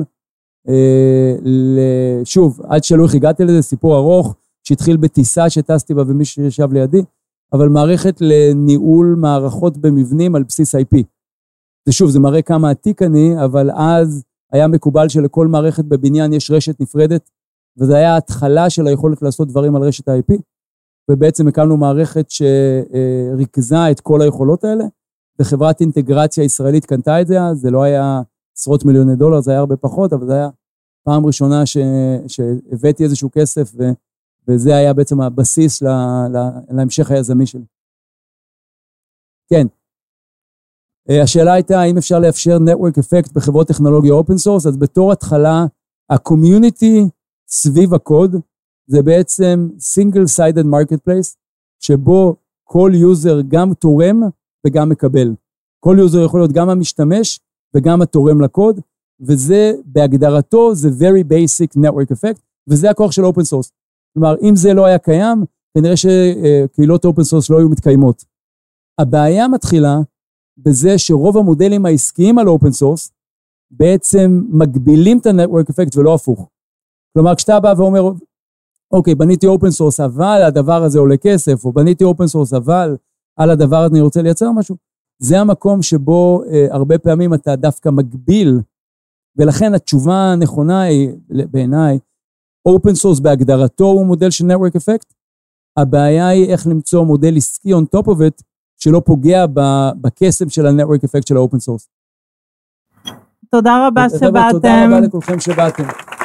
שוב, עד שלא הגעתי לזה, סיפור ארוך, שהתחיל בטיסה שטסתי בה ומי שישב לידי, אבל מערכת לניהול מערכות במבנים על בסיס איי פי. זה שוב, זה מראה כמה עתיק אני, אבל אז היה מקובל שלכל מערכת בבניין יש רשת נפרדת, וזה היה ההתחלה של היכולת לעשות דברים על רשת ה-איי פי, ובעצם הקמנו מערכת שריכזה את כל היכולות האלה, וחברת אינטגרציה ישראלית קנתה את זה, זה לא היה עשרות מיליוני דולר, זה היה הרבה פחות, אבל זה היה פעם ראשונה ש... שהבאתי איזשהו כסף, ו... וזה היה בעצם הבסיס לה... לה... להמשך היזמי שלי. כן. השאלה הייתה, האם אפשר לאפשר Network Effect בחברות טכנולוגיה אופן סורס, אז בתור התחלה, הקומיוניטי סביב הקוד, זה בעצם single-sided marketplace, שבו כל יוזר גם תורם וגם מקבל. כל יוזר יכול להיות גם המשתמש וגם התורם לקוד, וזה בהגדרתו, זה very basic network effect, וזה הכוח של אופן סורס. כלומר, אם זה לא היה קיים, כנראה שקהילות אופן סורס לא היו מתקיימות. הבעיה מתחילה בזה שרוב המודלים העסקיים על אופן סורס, בעצם מגבילים את ה-network effect ולא הפוך. כלומר, כשאתה בא ואומר, אוקיי, בניתי אופן סורס, אבל הדבר הזה עולה כסף, או בניתי אופן סורס, אבל על הדבר הזה אני רוצה לייצר משהו, זה המקום שבו אה, הרבה פעמים אתה דווקא מגביל, ולכן התשובה הנכונה היא, בעיניי, אופן סורס בהגדרתו הוא מודל של Network Effect, הבעיה היא איך למצוא מודל עסקי on top of it, שלא פוגע בקסם של ה-Network Effect של האופן סורס. תודה רבה שבאתם. תודה רבה לכולכם שבאתם.